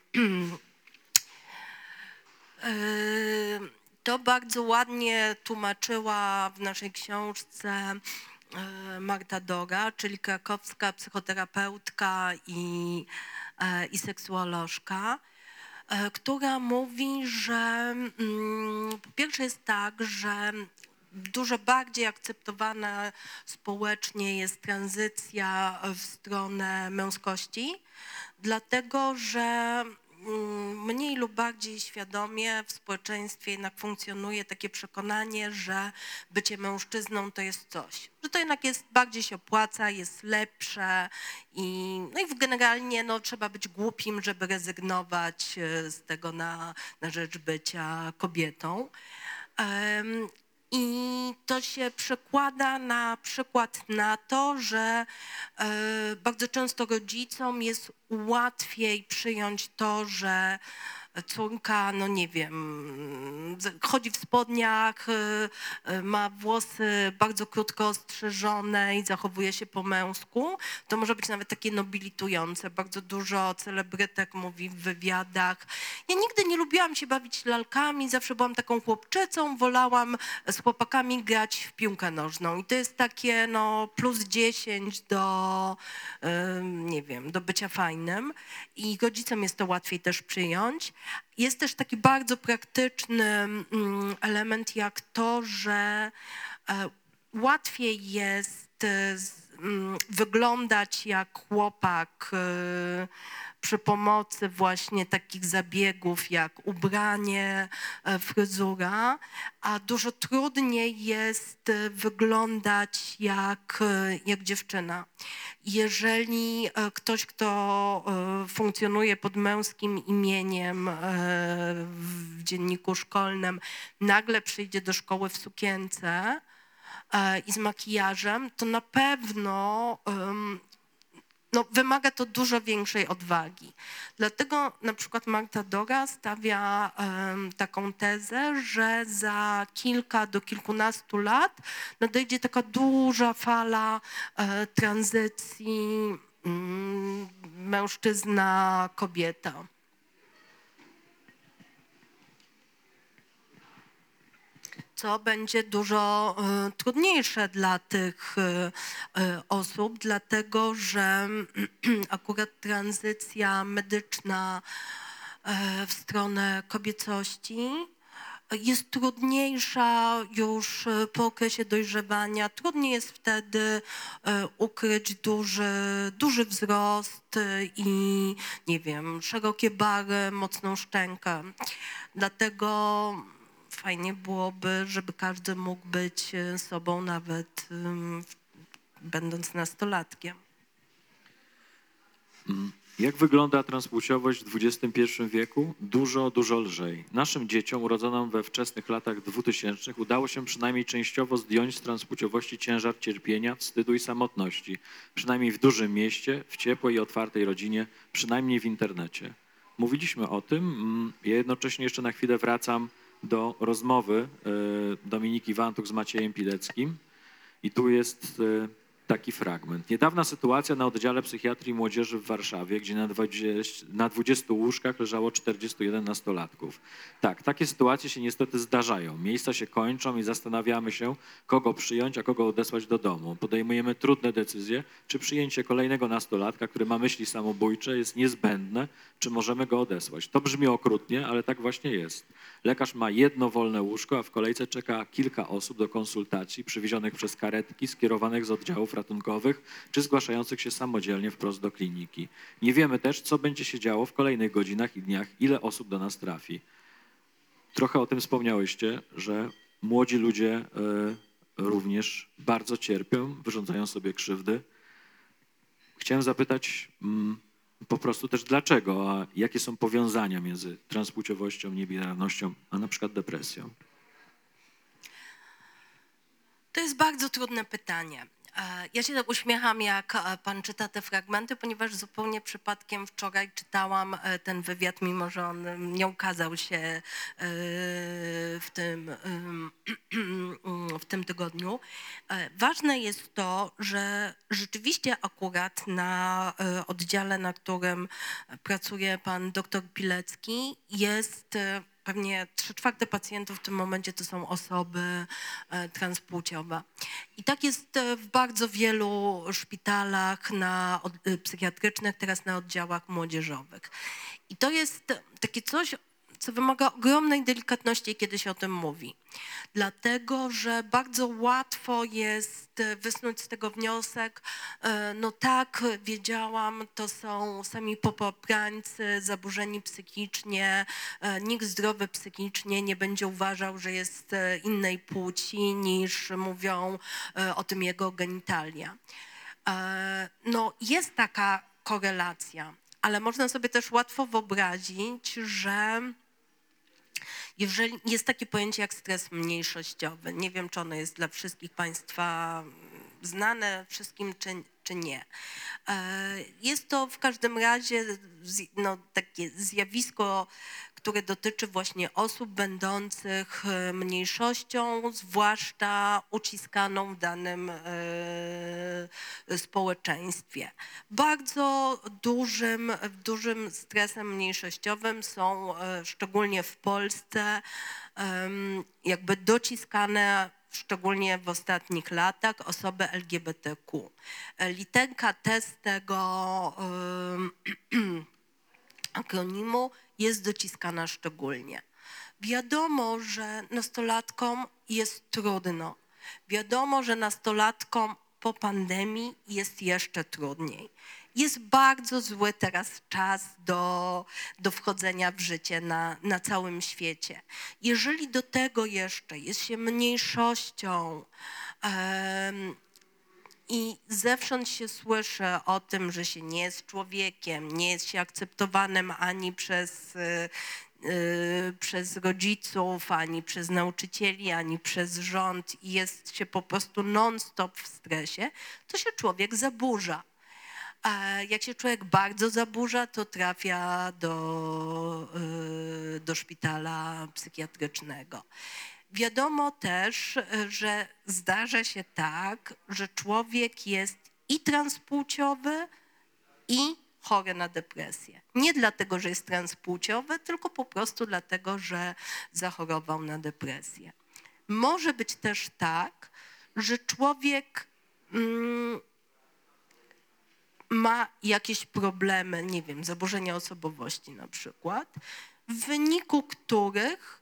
Y, to bardzo ładnie tłumaczyła w naszej książce y, Marta Dora, czyli krakowska psychoterapeutka i, y, i seksuolożka, y, która mówi, że y, po pierwsze jest tak, że dużo bardziej akceptowana społecznie jest tranzycja w stronę męskości, dlatego że mniej lub bardziej świadomie w społeczeństwie jednak funkcjonuje takie przekonanie, że bycie mężczyzną to jest coś, że to jednak jest, bardziej się opłaca, jest lepsze i, no i generalnie no, trzeba być głupim, żeby rezygnować z tego na, na rzecz bycia kobietą. Um, I to się przekłada na przykład na to, że y, bardzo często rodzicom jest łatwiej przyjąć to, że córka, no nie wiem, chodzi w spodniach, ma włosy bardzo krótko ostrzyżone i zachowuje się po męsku. To może być nawet takie nobilitujące. Bardzo dużo celebrytek mówi w wywiadach. Ja nigdy nie lubiłam się bawić lalkami, zawsze byłam taką chłopczycą, wolałam z chłopakami grać w piłkę nożną. I to jest takie no plus dziesięć do, nie wiem, do bycia fajnym. I rodzicom jest to łatwiej też przyjąć. Jest też taki bardzo praktyczny element jak to, że łatwiej jest wyglądać jak chłopak przy pomocy właśnie takich zabiegów jak ubranie, fryzura, a dużo trudniej jest wyglądać jak, jak dziewczyna. Jeżeli ktoś, kto funkcjonuje pod męskim imieniem w dzienniku szkolnym, nagle przyjdzie do szkoły w sukience i z makijażem, to na pewno no, wymaga to dużo większej odwagi. Dlatego na przykład Marta Dora stawia um, taką tezę, że za kilka do kilkunastu lat nadejdzie taka duża fala e, tranzycji mm, mężczyzna-kobieta. co będzie dużo y, trudniejsze dla tych y, y, osób, dlatego że akurat tranzycja medyczna y, w stronę kobiecości jest trudniejsza już po okresie dojrzewania. Trudniej jest wtedy ukryć duży, duży wzrost i, nie wiem, szerokie bary, mocną szczękę. Dlatego fajnie byłoby, żeby każdy mógł być sobą, nawet będąc nastolatkiem. Mm. Jak wygląda transpłciowość w dwudziestym pierwszym wieku? Dużo, dużo lżej. Naszym dzieciom urodzonym we wczesnych latach dwutysięcznych udało się przynajmniej częściowo zdjąć z transpłciowości ciężar cierpienia, wstydu i samotności. Przynajmniej w dużym mieście, w ciepłej i otwartej rodzinie, przynajmniej w internecie. Mówiliśmy o tym. Ja jednocześnie jeszcze na chwilę wracam do rozmowy Dominiki Wantuch z Maciejem Pileckim. I tu jest taki fragment. Niedawna sytuacja na oddziale psychiatrii młodzieży w Warszawie, gdzie na, dwudziestu, na dwudziestu łóżkach leżało czterdziestu jeden nastolatków. Tak, takie sytuacje się niestety zdarzają. Miejsca się kończą i zastanawiamy się, kogo przyjąć, a kogo odesłać do domu. Podejmujemy trudne decyzje, czy przyjęcie kolejnego nastolatka, który ma myśli samobójcze, jest niezbędne, czy możemy go odesłać. To brzmi okrutnie, ale tak właśnie jest. Lekarz ma jedno wolne łóżko, a w kolejce czeka kilka osób do konsultacji przywiezionych przez karetki, skierowanych z oddziałów ratunkowych, czy zgłaszających się samodzielnie wprost do kliniki. Nie wiemy też, co będzie się działo w kolejnych godzinach i dniach, ile osób do nas trafi. Trochę o tym wspomniałyście, że młodzi ludzie y, również bardzo cierpią, wyrządzają sobie krzywdy. Chciałem zapytać mm, po prostu też dlaczego, a jakie są powiązania między transpłciowością, niebinarnością, a na przykład depresją? To jest bardzo trudne pytanie. Ja się tak uśmiecham, jak pan czyta te fragmenty, ponieważ zupełnie przypadkiem wczoraj czytałam ten wywiad, mimo że on nie ukazał się w tym, w tym tygodniu. Ważne jest to, że rzeczywiście akurat na oddziale, na którym pracuje pan doktor Pilecki, jest pewnie trzy czwarte pacjentów w tym momencie to są osoby transpłciowe. I tak jest w bardzo wielu szpitalach na, psychiatrycznych, teraz na oddziałach młodzieżowych. I to jest takie coś, co wymaga ogromnej delikatności, kiedy się o tym mówi. Dlatego, że bardzo łatwo jest wysnuć z tego wniosek, no tak, wiedziałam, to są sami popoprańcy, zaburzeni psychicznie, nikt zdrowy psychicznie nie będzie uważał, że jest innej płci, niż mówią o tym jego genitalia. No jest taka korelacja, ale można sobie też łatwo wyobrazić, że jeżeli jest takie pojęcie jak stres mniejszościowy, nie wiem, czy ono jest dla wszystkich Państwa znane, wszystkim czy, czy nie. Jest to w każdym razie no, takie zjawisko, które dotyczy właśnie osób będących mniejszością, zwłaszcza uciskaną w danym e, społeczeństwie. Bardzo dużym, dużym stresem mniejszościowym są, e, szczególnie w Polsce, e, jakby dociskane, szczególnie w ostatnich latach, osoby L G B T Q. Literka T z tego e, akronimu jest dociskana szczególnie. Wiadomo, że nastolatkom jest trudno. Wiadomo, że nastolatkom po pandemii jest jeszcze trudniej. Jest bardzo zły teraz czas do, do wchodzenia w życie na, na całym świecie. Jeżeli do tego jeszcze jest się mniejszością, um, i zewsząd się słyszy o tym, że się nie jest człowiekiem, nie jest się akceptowanym ani przez, yy, przez rodziców, ani przez nauczycieli, ani przez rząd i jest się po prostu non-stop w stresie, to się człowiek zaburza. A jak się człowiek bardzo zaburza, to trafia do, yy, do szpitala psychiatrycznego. Wiadomo też, że zdarza się tak, że człowiek jest i transpłciowy, i chory na depresję. Nie dlatego, że jest transpłciowy, tylko po prostu dlatego, że zachorował na depresję. Może być też tak, że człowiek mm, ma jakieś problemy, nie wiem, zaburzenia osobowości na przykład, w wyniku których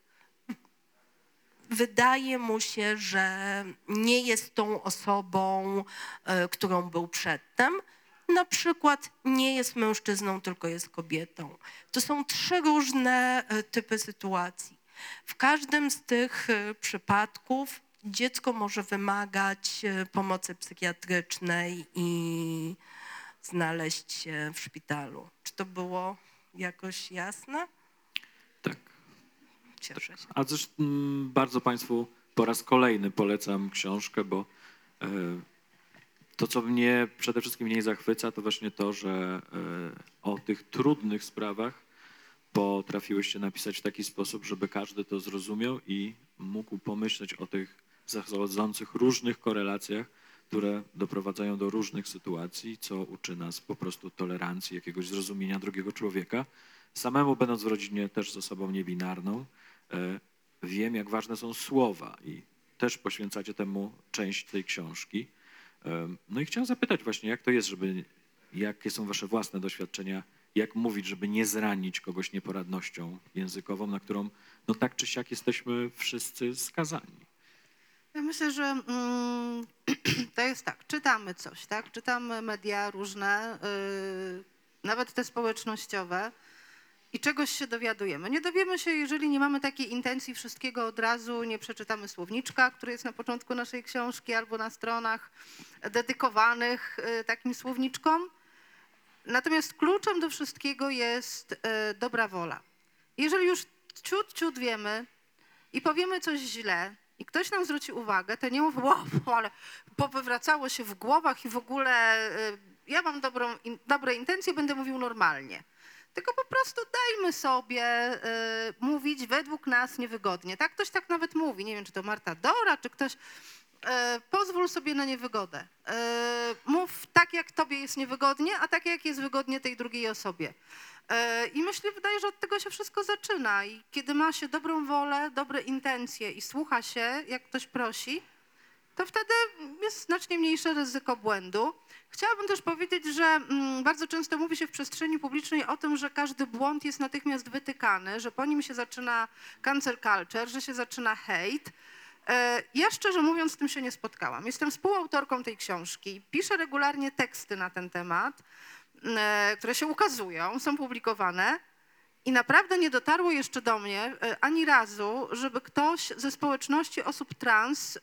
wydaje mu się, że nie jest tą osobą, y, którą był przedtem. Na przykład nie jest mężczyzną, tylko jest kobietą. To są trzy różne y, typy sytuacji. W każdym z tych y, przypadków dziecko może wymagać y, pomocy psychiatrycznej i znaleźć się w szpitalu. Czy to było jakoś jasne? Tak. Cieszę się. A zresztą mm, bardzo Państwu po raz kolejny polecam książkę, bo e, to, co mnie przede wszystkim w niej zachwyca, to właśnie to, że e, o tych trudnych sprawach potrafiłyście napisać w taki sposób, żeby każdy to zrozumiał i mógł pomyśleć o tych zachodzących różnych korelacjach, które doprowadzają do różnych sytuacji, co uczy nas po prostu tolerancji, jakiegoś zrozumienia drugiego człowieka. Samemu będąc w rodzinie też z osobą niebinarną, e, wiem, jak ważne są słowa i też poświęcacie temu część tej książki. E, no i chciałem zapytać właśnie, jak to jest, żeby, jakie są wasze własne doświadczenia, jak mówić, żeby nie zranić kogoś nieporadnością językową, na którą no tak czy siak jesteśmy wszyscy skazani. Ja myślę, że mm, to jest tak, czytamy coś, tak? Czytamy media różne, yy, nawet te społecznościowe i czegoś się dowiadujemy. Nie dowiemy się, jeżeli nie mamy takiej intencji wszystkiego od razu, nie przeczytamy słowniczka, który jest na początku naszej książki albo na stronach dedykowanych yy, takim słowniczkom. Natomiast kluczem do wszystkiego jest yy, dobra wola. Jeżeli już ciut, ciut wiemy i powiemy coś źle, i ktoś nam zwróci uwagę, to nie mów, wow, ale powywracało się w głowach i w ogóle y, ja mam dobrą, in, dobre intencje, będę mówił normalnie. Tylko po prostu dajmy sobie y, mówić według nas niewygodnie. Tak, ktoś tak nawet mówi, nie wiem, czy to Marta Dora, czy ktoś, y, pozwól sobie na niewygodę. Y, mów tak, jak tobie jest niewygodnie, a tak, jak jest wygodnie tej drugiej osobie. I myślę, wydaje, że od tego się wszystko zaczyna i kiedy ma się dobrą wolę, dobre intencje i słucha się, jak ktoś prosi, to wtedy jest znacznie mniejsze ryzyko błędu. Chciałabym też powiedzieć, że mm, bardzo często mówi się w przestrzeni publicznej o tym, że każdy błąd jest natychmiast wytykany, że po nim się zaczyna cancel culture, że się zaczyna hejt. Ja szczerze mówiąc z tym się nie spotkałam. Jestem współautorką tej książki, piszę regularnie teksty na ten temat, które się ukazują, są publikowane i naprawdę nie dotarło jeszcze do mnie ani razu, żeby ktoś ze społeczności osób trans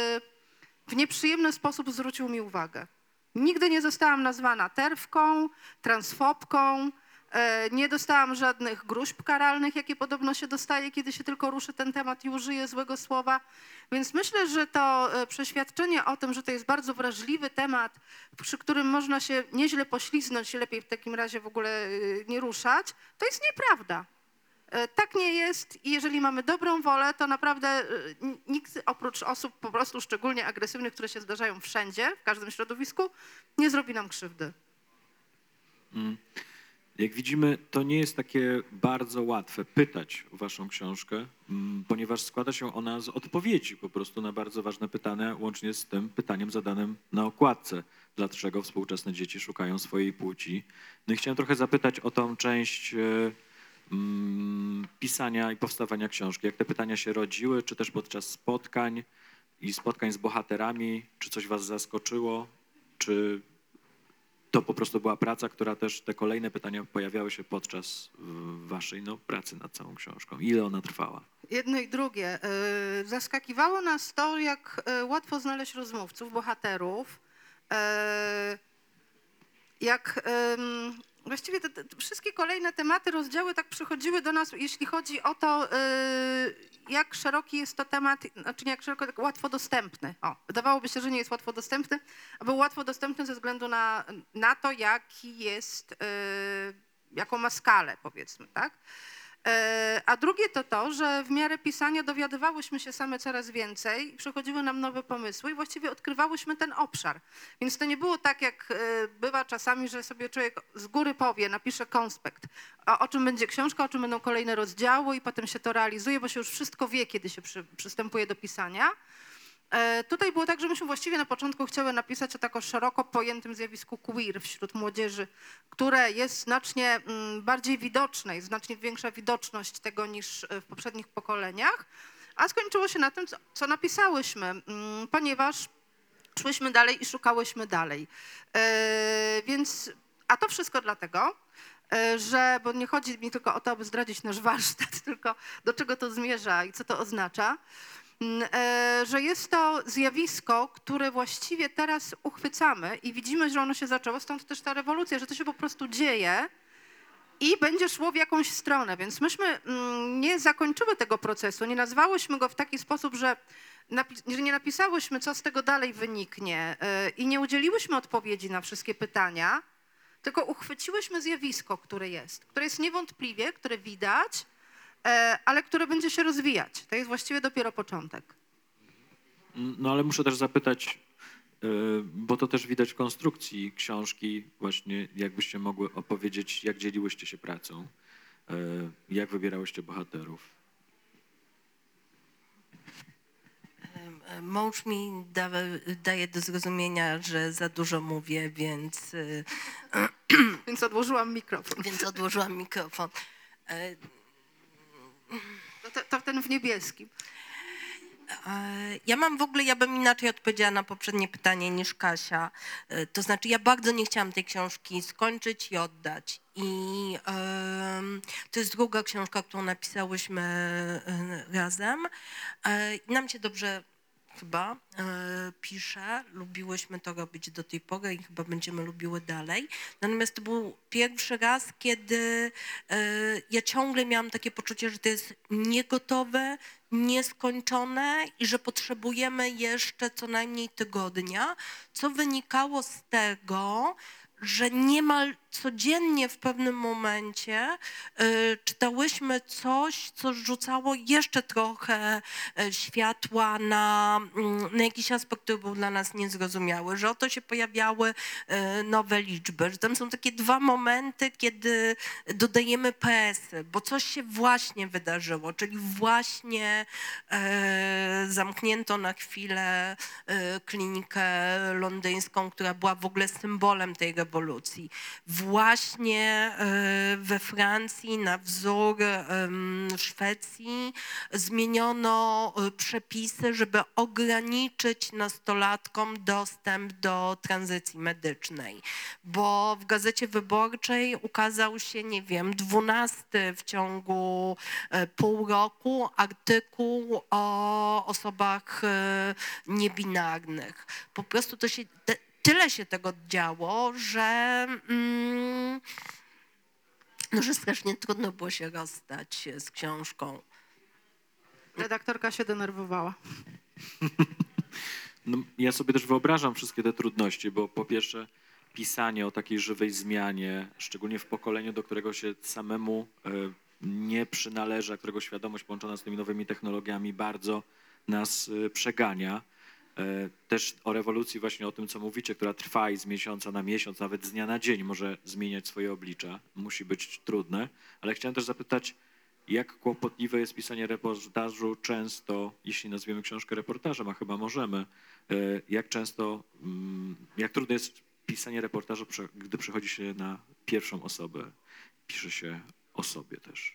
w nieprzyjemny sposób zwrócił mi uwagę. Nigdy nie zostałam nazwana terfką, transfobką, nie dostałam żadnych gróźb karalnych, jakie podobno się dostaje, kiedy się tylko ruszy ten temat i użyje złego słowa. Więc myślę, że to przeświadczenie o tym, że to jest bardzo wrażliwy temat, przy którym można się nieźle poślizgnąć i lepiej w takim razie w ogóle nie ruszać, to jest nieprawda. Tak nie jest i jeżeli mamy dobrą wolę, to naprawdę nikt oprócz osób po prostu szczególnie agresywnych, które się zdarzają wszędzie, w każdym środowisku, nie zrobi nam krzywdy. Mm. Jak widzimy, to nie jest takie bardzo łatwe pytać o waszą książkę, ponieważ składa się ona z odpowiedzi po prostu na bardzo ważne pytania, łącznie z tym pytaniem zadanym na okładce. Dlaczego współczesne dzieci szukają swojej płci? No i chciałem trochę zapytać o tą część mm, pisania i powstawania książki. Jak te pytania się rodziły, czy też podczas spotkań i spotkań z bohaterami, czy coś was zaskoczyło, czy to po prostu była praca, która też te kolejne pytania pojawiały się podczas waszej no, pracy nad całą książką. Ile ona trwała? Jedno i drugie. Zaskakiwało nas to, jak łatwo znaleźć rozmówców, bohaterów. Jak właściwie te, te wszystkie kolejne tematy, rozdziały tak przychodziły do nas, jeśli chodzi o to, jak szeroki jest to temat, znaczy nie jak szeroko, tak łatwo dostępny. O, wydawałoby się, że nie jest łatwo dostępny, a był łatwo dostępny ze względu na, na to, jaki jest, jaką ma skalę, powiedzmy, tak? E, A drugie to to, że w miarę pisania dowiadywałyśmy się same coraz więcej i przychodziły nam nowe pomysły i właściwie odkrywałyśmy ten obszar. Więc to nie było tak, jak e, bywa czasami, że sobie człowiek z góry powie, napisze konspekt, o, o czym będzie książka, o czym będą kolejne rozdziały i potem się to realizuje, bo się już wszystko wie, kiedy się przy, przystępuje do pisania. E, Tutaj było tak, że myśmy właściwie na początku chciały napisać o tak o szeroko pojętym zjawisku queer wśród młodzieży, które jest znacznie mm, bardziej widoczne, jest znacznie większa widoczność tego niż w poprzednich pokoleniach, a skończyło się na tym, co, co napisałyśmy, mm, ponieważ szłyśmy dalej i szukałyśmy dalej. E, Więc, a to wszystko dlatego, e, że, bo nie chodzi mi tylko o to, aby zdradzić nasz warsztat, tylko do czego to zmierza i co to oznacza, że jest to zjawisko, które właściwie teraz uchwycamy i widzimy, że ono się zaczęło, stąd też ta rewolucja, że to się po prostu dzieje i będzie szło w jakąś stronę. Więc myśmy nie zakończyły tego procesu, nie nazwałyśmy go w taki sposób, że, napi- że nie napisałyśmy, co z tego dalej wyniknie i nie udzieliłyśmy odpowiedzi na wszystkie pytania, tylko uchwyciłyśmy zjawisko, które jest, które jest niewątpliwie, które widać, ale które będzie się rozwijać. To jest właściwie dopiero początek. No ale muszę też zapytać, y, bo to też widać w konstrukcji książki, właśnie jakbyście mogły opowiedzieć, jak dzieliłyście się pracą, y, jak wybierałyście bohaterów. Mąż mi da, daje do zrozumienia, że za dużo mówię, więc, Więc odłożyłam mikrofon. więc odłożyłam mikrofon. To, to, to ten w niebieskim. Ja mam w ogóle, ja bym inaczej odpowiedziała na poprzednie pytanie niż Kasia. To znaczy, ja bardzo nie chciałam tej książki skończyć i oddać. I um, to jest druga książka, którą napisałyśmy razem. I nam się dobrze chyba e, pisze, lubiłyśmy to robić do tej pory i chyba będziemy lubiły dalej. Natomiast to był pierwszy raz, kiedy e, ja ciągle miałam takie poczucie, że to jest niegotowe, nieskończone i że potrzebujemy jeszcze co najmniej tygodnia, co wynikało z tego, że niemal codziennie w pewnym momencie y, czytałyśmy coś, co rzucało jeszcze trochę y, światła na, y, na jakiś aspekt, który był dla nas niezrozumiały, że oto się pojawiały y, nowe liczby, że tam są takie dwa momenty, kiedy dodajemy P S-y, bo coś się właśnie wydarzyło, czyli właśnie y, zamknięto na chwilę y, klinikę londyńską, która była w ogóle symbolem tej rewolucji. Właśnie we Francji na wzór Szwecji zmieniono przepisy, żeby ograniczyć nastolatkom dostęp do tranzycji medycznej, bo w Gazecie Wyborczej ukazał się, nie wiem, dwunasty w ciągu pół roku artykuł o osobach niebinarnych. Po prostu to się... Te, Tyle się tego działo, że, mm, no, że strasznie trudno było się rozstać z książką. Redaktorka się denerwowała. No, ja sobie też wyobrażam wszystkie te trudności, bo po pierwsze pisanie o takiej żywej zmianie, szczególnie w pokoleniu, do którego się samemu y, nie przynależy, a którego świadomość połączona z tymi nowymi technologiami bardzo nas y, przegania. Też o rewolucji, właśnie o tym, co mówicie, która trwa i z miesiąca na miesiąc, nawet z dnia na dzień może zmieniać swoje oblicza. Musi być trudne. Ale chciałem też zapytać, jak kłopotliwe jest pisanie reportażu często, jeśli nazwiemy książkę reportażem, a chyba możemy, jak często, jak trudne jest pisanie reportażu, gdy przechodzi się na pierwszą osobę, pisze się o sobie też.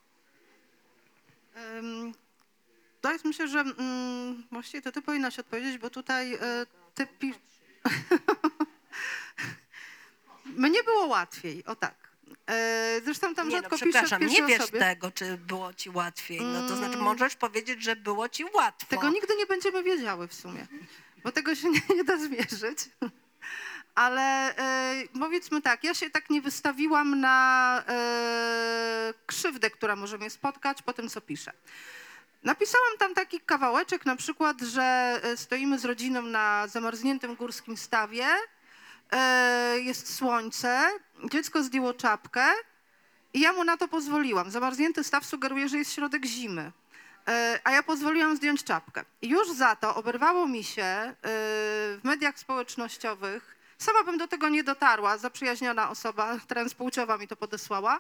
Um. To jest, myślę, że mm, właściwie to ty powinnaś odpowiedzieć, bo tutaj y, ty pi... Mnie było łatwiej, o tak. Y, zresztą tam nie, rzadko no, piszę w przepraszam, pierwszej nie wiesz osobie. tego, czy było ci łatwiej. No to znaczy możesz powiedzieć, że było ci łatwo. Tego nigdy nie będziemy wiedziały w sumie, bo tego się nie, nie da zmierzyć. Ale y, powiedzmy tak, ja się tak nie wystawiłam na y, krzywdę, która może mnie spotkać po tym, co piszę. Napisałam tam taki kawałeczek, na przykład, że stoimy z rodziną na zamarzniętym górskim stawie, jest słońce, dziecko zdjęło czapkę I ja mu na to pozwoliłam. Zamarznięty staw sugeruje, że jest środek zimy. E, A ja pozwoliłam zdjąć czapkę. I już za to oberwało mi się e, w mediach społecznościowych. Sama bym do tego nie dotarła, zaprzyjaźniona osoba transpłciowa mi to podesłała.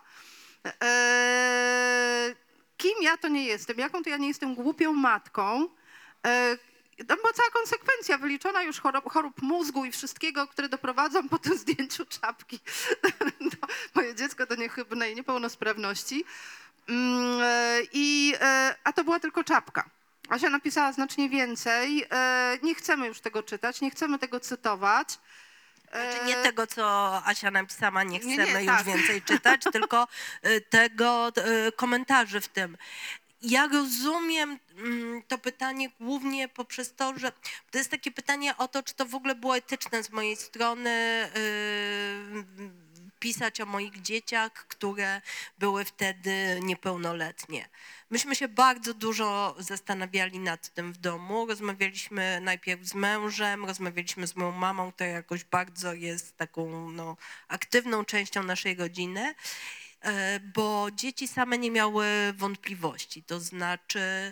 E, Kim ja to nie jestem? Jaką to ja nie jestem głupią matką? E, No bo cała konsekwencja wyliczona już chorób, chorób mózgu i wszystkiego, które doprowadzą po tym zdjęciu czapki do, moje dziecko do niechybnej niepełnosprawności. Mm, e, I, e, a to była tylko czapka. Asia napisała znacznie więcej. E, Nie chcemy już tego czytać, nie chcemy tego cytować. Znaczy nie tego, co Asia napisała, nie Nie, chcemy nie, już tak. więcej czytać, tylko y, tego y, komentarzy w tym. Ja rozumiem mm, to pytanie głównie poprzez to, że to jest takie pytanie o to, czy to w ogóle było etyczne z mojej strony y, pisać o moich dzieciach, które były wtedy niepełnoletnie. Myśmy się bardzo dużo zastanawiali nad tym w domu. Rozmawialiśmy najpierw z mężem, rozmawialiśmy z moją mamą, która jakoś bardzo jest taką no, aktywną częścią naszej rodziny, bo dzieci same nie miały wątpliwości, to znaczy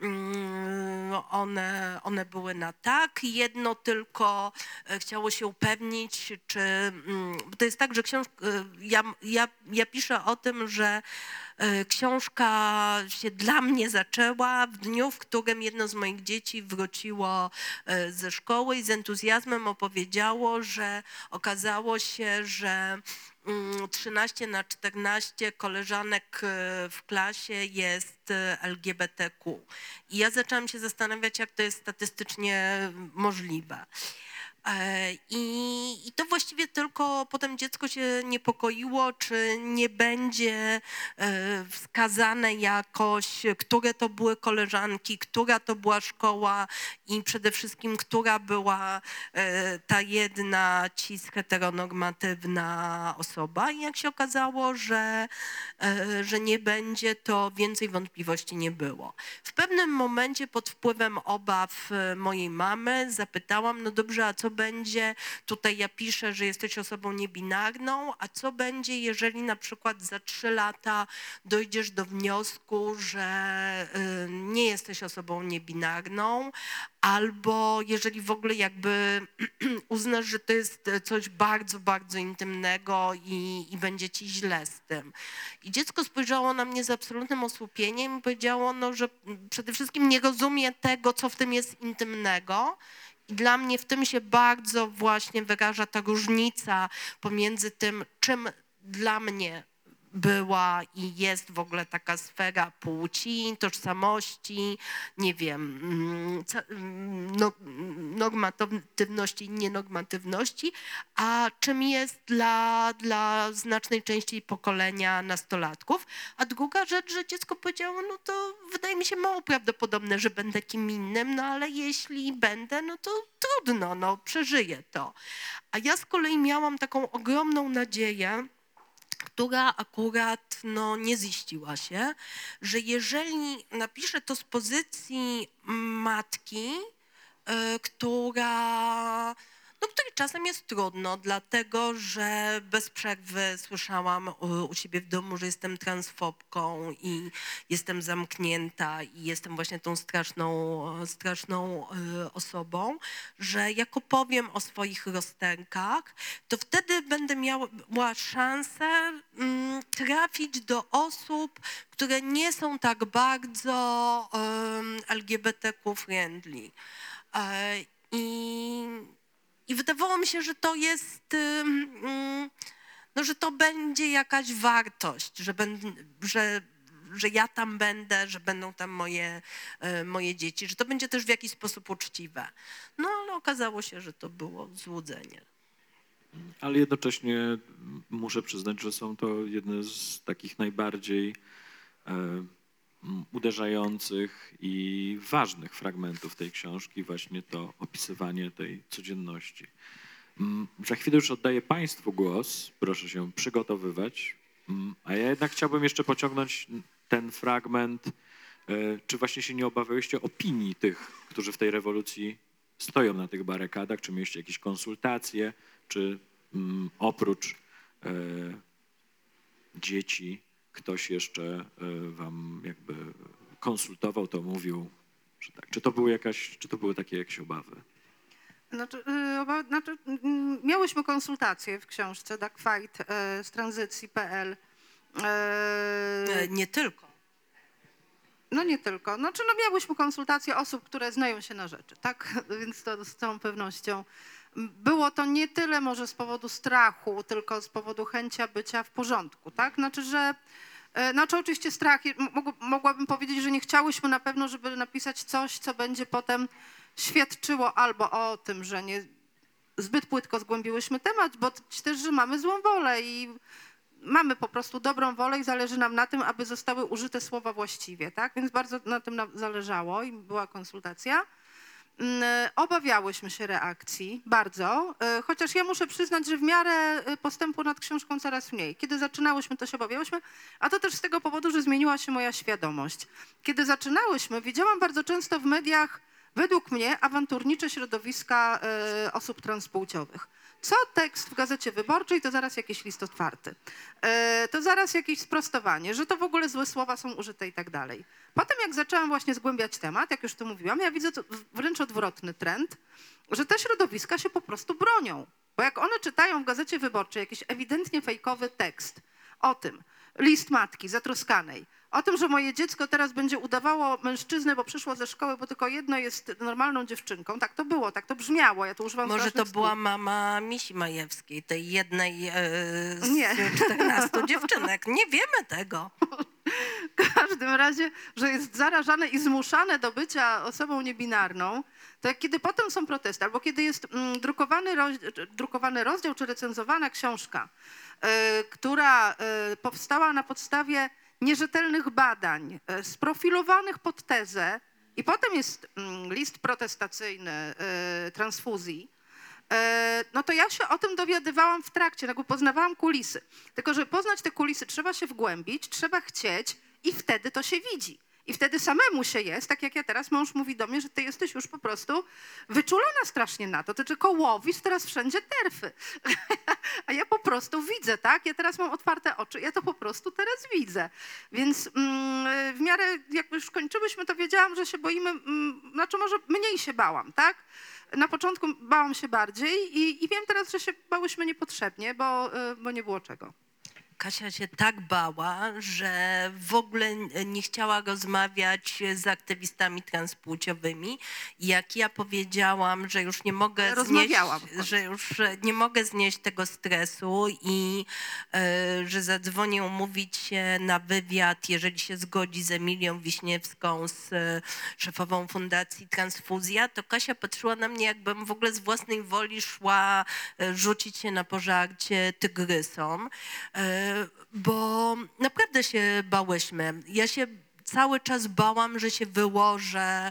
one, one były na tak, jedno tylko chciało się upewnić, czy, bo to jest tak, że książka, ja, ja, ja piszę o tym, że książka się dla mnie zaczęła w dniu, w którym jedno z moich dzieci wróciło ze szkoły i z entuzjazmem opowiedziało, że okazało się, że trzynaście na czternaście koleżanek w klasie jest L G B T Q. I ja zaczęłam się zastanawiać, jak to jest statystycznie możliwe. I, I to właściwie tylko potem dziecko się niepokoiło, czy nie będzie wskazane jakoś, które to były koleżanki, która to była szkoła i przede wszystkim, która była ta jedna cis heteronormatywna osoba. I jak się okazało, że, że nie będzie, to więcej wątpliwości nie było. W pewnym momencie pod wpływem obaw mojej mamy zapytałam, no dobrze, a co będzie, tutaj ja piszę, że jesteś osobą niebinarną, a co będzie, jeżeli na przykład za trzy lata dojdziesz do wniosku, że nie jesteś osobą niebinarną, albo jeżeli w ogóle jakby uznasz, że to jest coś bardzo, bardzo intymnego i, i będzie ci źle z tym. I dziecko spojrzało na mnie z absolutnym osłupieniem i powiedziało, no, że przede wszystkim nie rozumie tego, co w tym jest intymnego. I dla mnie w tym się bardzo właśnie wyraża ta różnica pomiędzy tym, czym dla mnie była i jest w ogóle taka sfera płci, tożsamości, nie wiem, no, normatywności i nienormatywności, a czym jest dla, dla znacznej części pokolenia nastolatków. A druga rzecz, że dziecko powiedziało, no to wydaje mi się mało prawdopodobne, że będę kim innym, no ale jeśli będę, no to trudno, no przeżyję to. A ja z kolei miałam taką ogromną nadzieję, która akurat no, nie ziściła się, że jeżeli napiszę to z pozycji matki, y, która, no, której czasem jest trudno, dlatego że bez przerwy słyszałam u, u siebie w domu, że jestem transfobką i jestem zamknięta i jestem właśnie tą straszną, straszną y, osobą, że jak opowiem o swoich rozterkach, to wtedy będę miała szansę y, trafić do osób, które nie są tak bardzo y, L G B T Q friendly. Y, i I wydawało mi się, że to jest, no, że to będzie jakaś wartość, że, będę, że, że ja tam będę, że będą tam moje, moje dzieci, że to będzie też w jakiś sposób uczciwe. No ale okazało się, że to było złudzenie. Ale jednocześnie muszę przyznać, że są to jedne z takich najbardziej uderzających i ważnych fragmentów tej książki, właśnie to opisywanie tej codzienności. Za chwilę już oddaję Państwu głos, proszę się przygotowywać, a ja jednak chciałbym jeszcze pociągnąć ten fragment, czy właśnie się nie obawiałyście opinii tych, którzy w tej rewolucji stoją na tych barykadach, czy mieliście jakieś konsultacje, czy oprócz dzieci ktoś jeszcze y, wam jakby konsultował, to mówił, że tak. Czy to były jakaś, czy to były takie jakieś obawy? Znaczy, y, oba, znaczy, mm, miałyśmy konsultacje w książce Duck Fight y, z tranzycji kropka pe el. E, Nie tylko. No nie tylko. Znaczy, no miałyśmy konsultacje osób, które znają się na rzeczy, tak? Więc to z całą pewnością. Było to nie tyle może z powodu strachu, tylko z powodu chęci bycia w porządku, tak? Znaczy, że e, znaczy oczywiście strach, mog, mogłabym powiedzieć, że nie chciałyśmy na pewno, żeby napisać coś, co będzie potem świadczyło albo o tym, że nie zbyt płytko zgłębiłyśmy temat, bo też, że mamy złą wolę i mamy po prostu dobrą wolę i zależy nam na tym, aby zostały użyte słowa właściwie, tak? Więc bardzo na tym nam zależało i była konsultacja. Obawiałyśmy się reakcji, bardzo, chociaż ja muszę przyznać, że w miarę postępu nad książką coraz mniej. Kiedy zaczynałyśmy, to się obawiałyśmy, a to też z tego powodu, że zmieniła się moja świadomość. Kiedy zaczynałyśmy, widziałam bardzo często w mediach, według mnie, awanturnicze środowiska y, osób transpłciowych. Co tekst w Gazecie Wyborczej, to zaraz jakiś list otwarty. Y, to zaraz jakieś sprostowanie, że to w ogóle złe słowa są użyte i tak dalej. Potem jak zaczęłam właśnie zgłębiać temat, jak już tu mówiłam, ja widzę to wręcz odwrotny trend, że te środowiska się po prostu bronią. Bo jak one czytają w Gazecie Wyborczej jakiś ewidentnie fejkowy tekst o tym, list matki zatroskanej, o tym, że moje dziecko teraz będzie udawało mężczyznę, bo przyszło ze szkoły, bo tylko jedno jest normalną dziewczynką. Tak to było, tak to brzmiało. Ja to używam Może to strasznych była słów. mama Misi Majewskiej, tej jednej e, z Nie. czternastu dziewczynek. Nie wiemy tego. W każdym razie, że jest zarażane i zmuszane do bycia osobą niebinarną, to jak kiedy potem są protesty, albo kiedy jest mm, drukowany, roz, drukowany rozdział czy recenzowana książka, y, która y, powstała na podstawie nierzetelnych badań, y, sprofilowanych pod tezę i potem jest mm, list protestacyjny y, transfuzji, no to ja się o tym dowiadywałam w trakcie, jakby poznawałam kulisy. Tylko, żeby poznać te kulisy, trzeba się wgłębić, trzeba chcieć i wtedy to się widzi. I wtedy samemu się jest, tak jak ja teraz, mąż mówi do mnie, że ty jesteś już po prostu wyczulona strasznie na to. Ty tylko łowisz teraz wszędzie terfy. A ja po prostu widzę, tak? Ja teraz mam otwarte oczy, ja to po prostu teraz widzę. Więc mm, w miarę, jak już kończyłyśmy, to wiedziałam, że się boimy, mm, znaczy może mniej się bałam, tak? Na początku bałam się bardziej i, i wiem teraz, że się bałyśmy niepotrzebnie, bo, bo nie było czego. Kasia się tak bała, że w ogóle nie chciała rozmawiać z aktywistami transpłciowymi. Jak ja powiedziałam, że już nie mogę znieść, że już nie mogę znieść tego stresu i y, że zadzwonię umówić się na wywiad, jeżeli się zgodzi z Emilią Wiśniewską, z y, szefową Fundacji Transfuzja, to Kasia patrzyła na mnie, jakbym w ogóle z własnej woli szła y, rzucić się na pożarcie tygrysom. Y, Bo naprawdę się bałyśmy. Ja się cały czas bałam, że się wyłożę.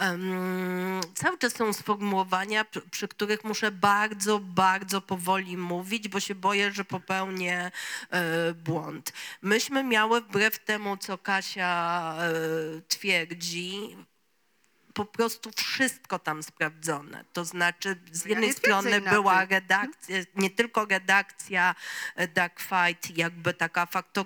Um, cały czas są sformułowania, przy, przy których muszę bardzo, bardzo powoli mówić, bo się boję, że popełnię e, błąd. Myśmy miały, wbrew temu, co Kasia e, twierdzi, po prostu wszystko tam sprawdzone. To znaczy z jednej ja strony była redakcja, nie tylko redakcja Duck Fight, jakby taka fakto,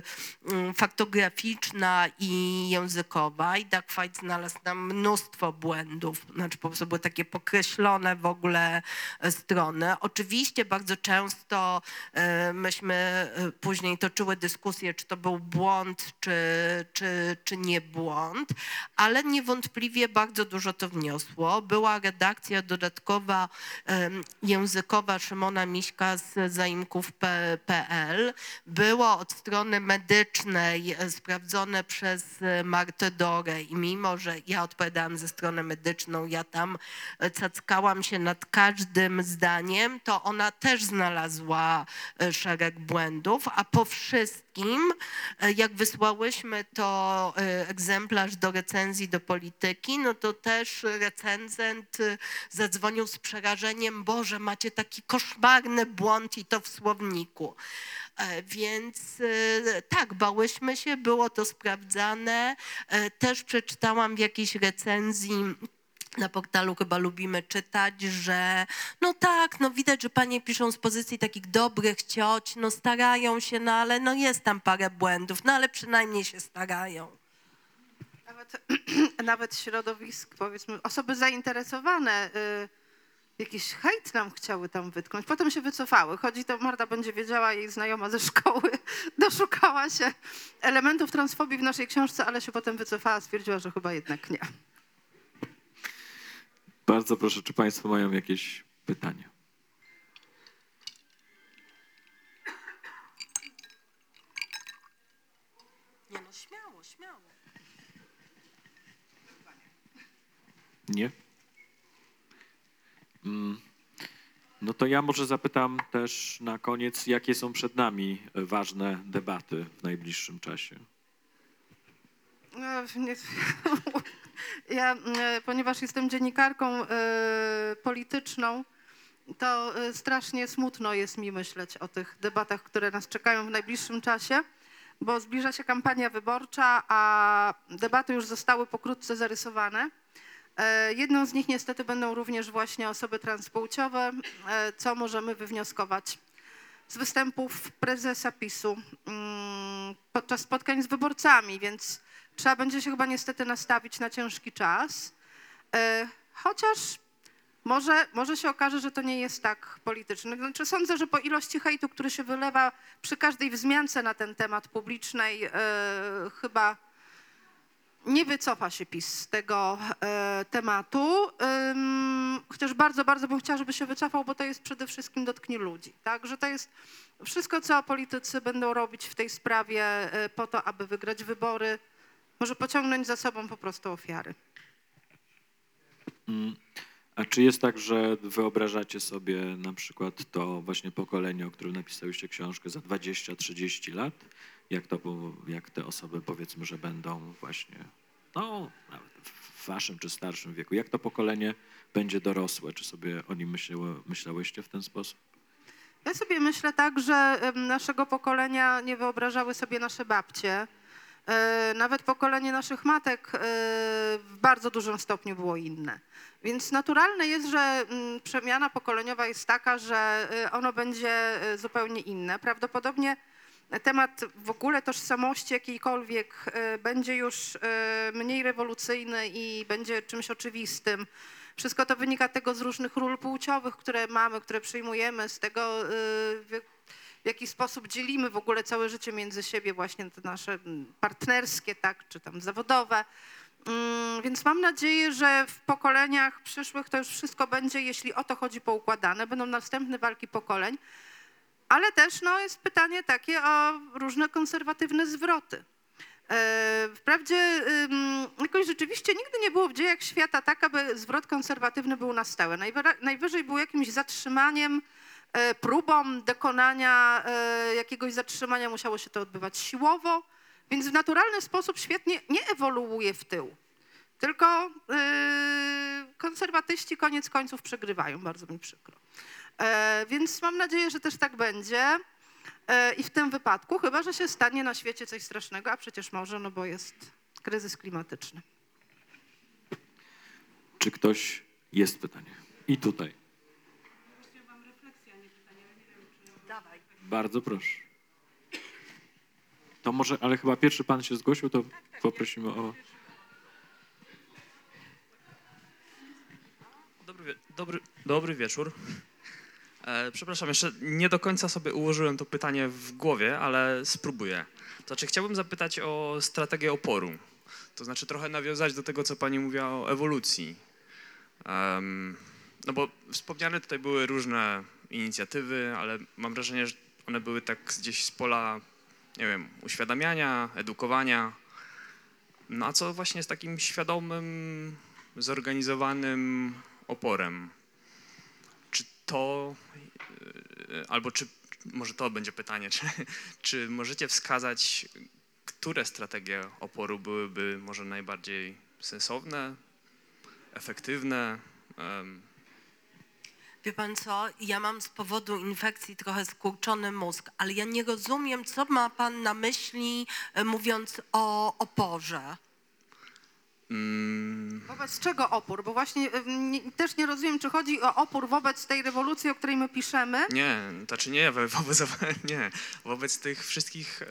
faktograficzna i językowa i Duck Fight znalazł tam mnóstwo błędów, znaczy po prostu były takie pokreślone w ogóle strony. Oczywiście bardzo często myśmy później toczyły dyskusję, czy to był błąd, czy, czy, czy nie błąd, ale niewątpliwie bardzo dużo to wniosło. Była redakcja dodatkowa um, językowa Szymona Miśka z zaimków kropka pe el. Było od strony medycznej sprawdzone przez Martę Dorę i mimo, że ja odpowiadałam ze strony medyczną, ja tam cackałam się nad każdym zdaniem, to ona też znalazła szereg błędów, a po wszystkim, jak wysłałyśmy to egzemplarz do recenzji do Polityki, no to też recenzent zadzwonił z przerażeniem: Boże, macie taki koszmarny błąd i to w słowniku. Więc tak, bałyśmy się, było to sprawdzane. Też przeczytałam w jakiejś recenzji na portalu chyba lubimy czytać, że no tak, no widać, że panie piszą z pozycji takich dobrych cioć, no starają się, no ale no jest tam parę błędów, no ale przynajmniej się starają. Nawet, nawet środowisk, powiedzmy, osoby zainteresowane, y, jakiś hejt nam chciały tam wytknąć, potem się wycofały. Chodzi to, Marta będzie wiedziała, jej znajoma ze szkoły doszukała się elementów transfobii w naszej książce, ale się potem wycofała, stwierdziła, że chyba jednak nie. Bardzo proszę, czy państwo mają jakieś pytania? Nie no, śmiało, śmiało. Nie? Mm. No to ja może zapytam też na koniec, jakie są przed nami ważne debaty w najbliższym czasie? No, nie, ja, ponieważ jestem dziennikarką y, polityczną, to y, strasznie smutno jest mi myśleć o tych debatach, które nas czekają w najbliższym czasie, bo zbliża się kampania wyborcza, a debaty już zostały pokrótce zarysowane. Y, jedną z nich niestety będą również właśnie osoby transpłciowe, y, co możemy wywnioskować z występów prezesa PiSu y, podczas spotkań z wyborcami, więc trzeba będzie się chyba niestety nastawić na ciężki czas, chociaż może, może się okaże, że to nie jest tak polityczne. Znaczy sądzę, że po ilości hejtu, który się wylewa przy każdej wzmiance na ten temat publicznej, chyba nie wycofa się PiS z tego tematu, chociaż bardzo, bardzo bym chciała, żeby się wycofał, bo to jest przede wszystkim dotknie ludzi. Tak? Że to jest wszystko, co politycy będą robić w tej sprawie po to, aby wygrać wybory, może pociągnąć za sobą po prostu ofiary. A czy jest tak, że wyobrażacie sobie na przykład to właśnie pokolenie, o którym napisałyście książkę za dwadzieścia trzydzieści lat? Jak, to, jak te osoby powiedzmy, że będą właśnie no, nawet w waszym czy starszym wieku? Jak to pokolenie będzie dorosłe? Czy sobie o nim myślały, myślałyście w ten sposób? Ja sobie myślę tak, że naszego pokolenia nie wyobrażały sobie nasze babcie. Nawet pokolenie naszych matek w bardzo dużym stopniu było inne. Więc naturalne jest, że przemiana pokoleniowa jest taka, że ono będzie zupełnie inne. Prawdopodobnie temat w ogóle tożsamości jakiejkolwiek będzie już mniej rewolucyjny i będzie czymś oczywistym. Wszystko to wynika tego z różnych ról płciowych, które mamy, które przyjmujemy, z tego w jaki sposób dzielimy w ogóle całe życie między siebie, właśnie te nasze partnerskie, tak, czy tam zawodowe. Więc mam nadzieję, że w pokoleniach przyszłych to już wszystko będzie, jeśli o to chodzi, poukładane. Będą następne walki pokoleń, ale też no, jest pytanie takie o różne konserwatywne zwroty. Wprawdzie jakoś rzeczywiście nigdy nie było w dziejach świata tak, aby zwrot konserwatywny był na stałe. Najwyżej był jakimś zatrzymaniem, próbą dokonania jakiegoś zatrzymania, musiało się to odbywać siłowo, więc w naturalny sposób świetnie nie ewoluuje w tył. Tylko konserwatyści koniec końców przegrywają, bardzo mi przykro. Więc mam nadzieję, że też tak będzie i w tym wypadku, chyba że się stanie na świecie coś strasznego, a przecież może, no bo jest kryzys klimatyczny. Czy ktoś jest pytanie? I tutaj. Dawaj. Bardzo proszę. To może, ale chyba pierwszy pan się zgłosił, to poprosimy o... Dobry, wie, dobry, dobry wieczór. E, przepraszam, jeszcze nie do końca sobie ułożyłem to pytanie w głowie, ale spróbuję. To znaczy chciałbym zapytać o strategię oporu. To znaczy trochę nawiązać do tego, co pani mówiła o ewolucji. Um, no bo wspomniane tutaj były różne inicjatywy, ale mam wrażenie, że one były tak gdzieś z pola, nie wiem, uświadamiania, edukowania. No a co właśnie z takim świadomym, zorganizowanym oporem? Czy to, albo czy, może to będzie pytanie, czy, czy możecie wskazać, które strategie oporu byłyby może najbardziej sensowne, efektywne? Um, Wie pan co, ja mam z powodu infekcji trochę skurczony mózg, ale ja nie rozumiem, co ma pan na myśli, mówiąc o oporze. Mm, Wobec czego opór? Bo właśnie y, nie, też nie rozumiem, czy chodzi o opór wobec tej rewolucji, o której my piszemy. nie, to znaczy nie, wo- wobec, nie, wobec tych wszystkich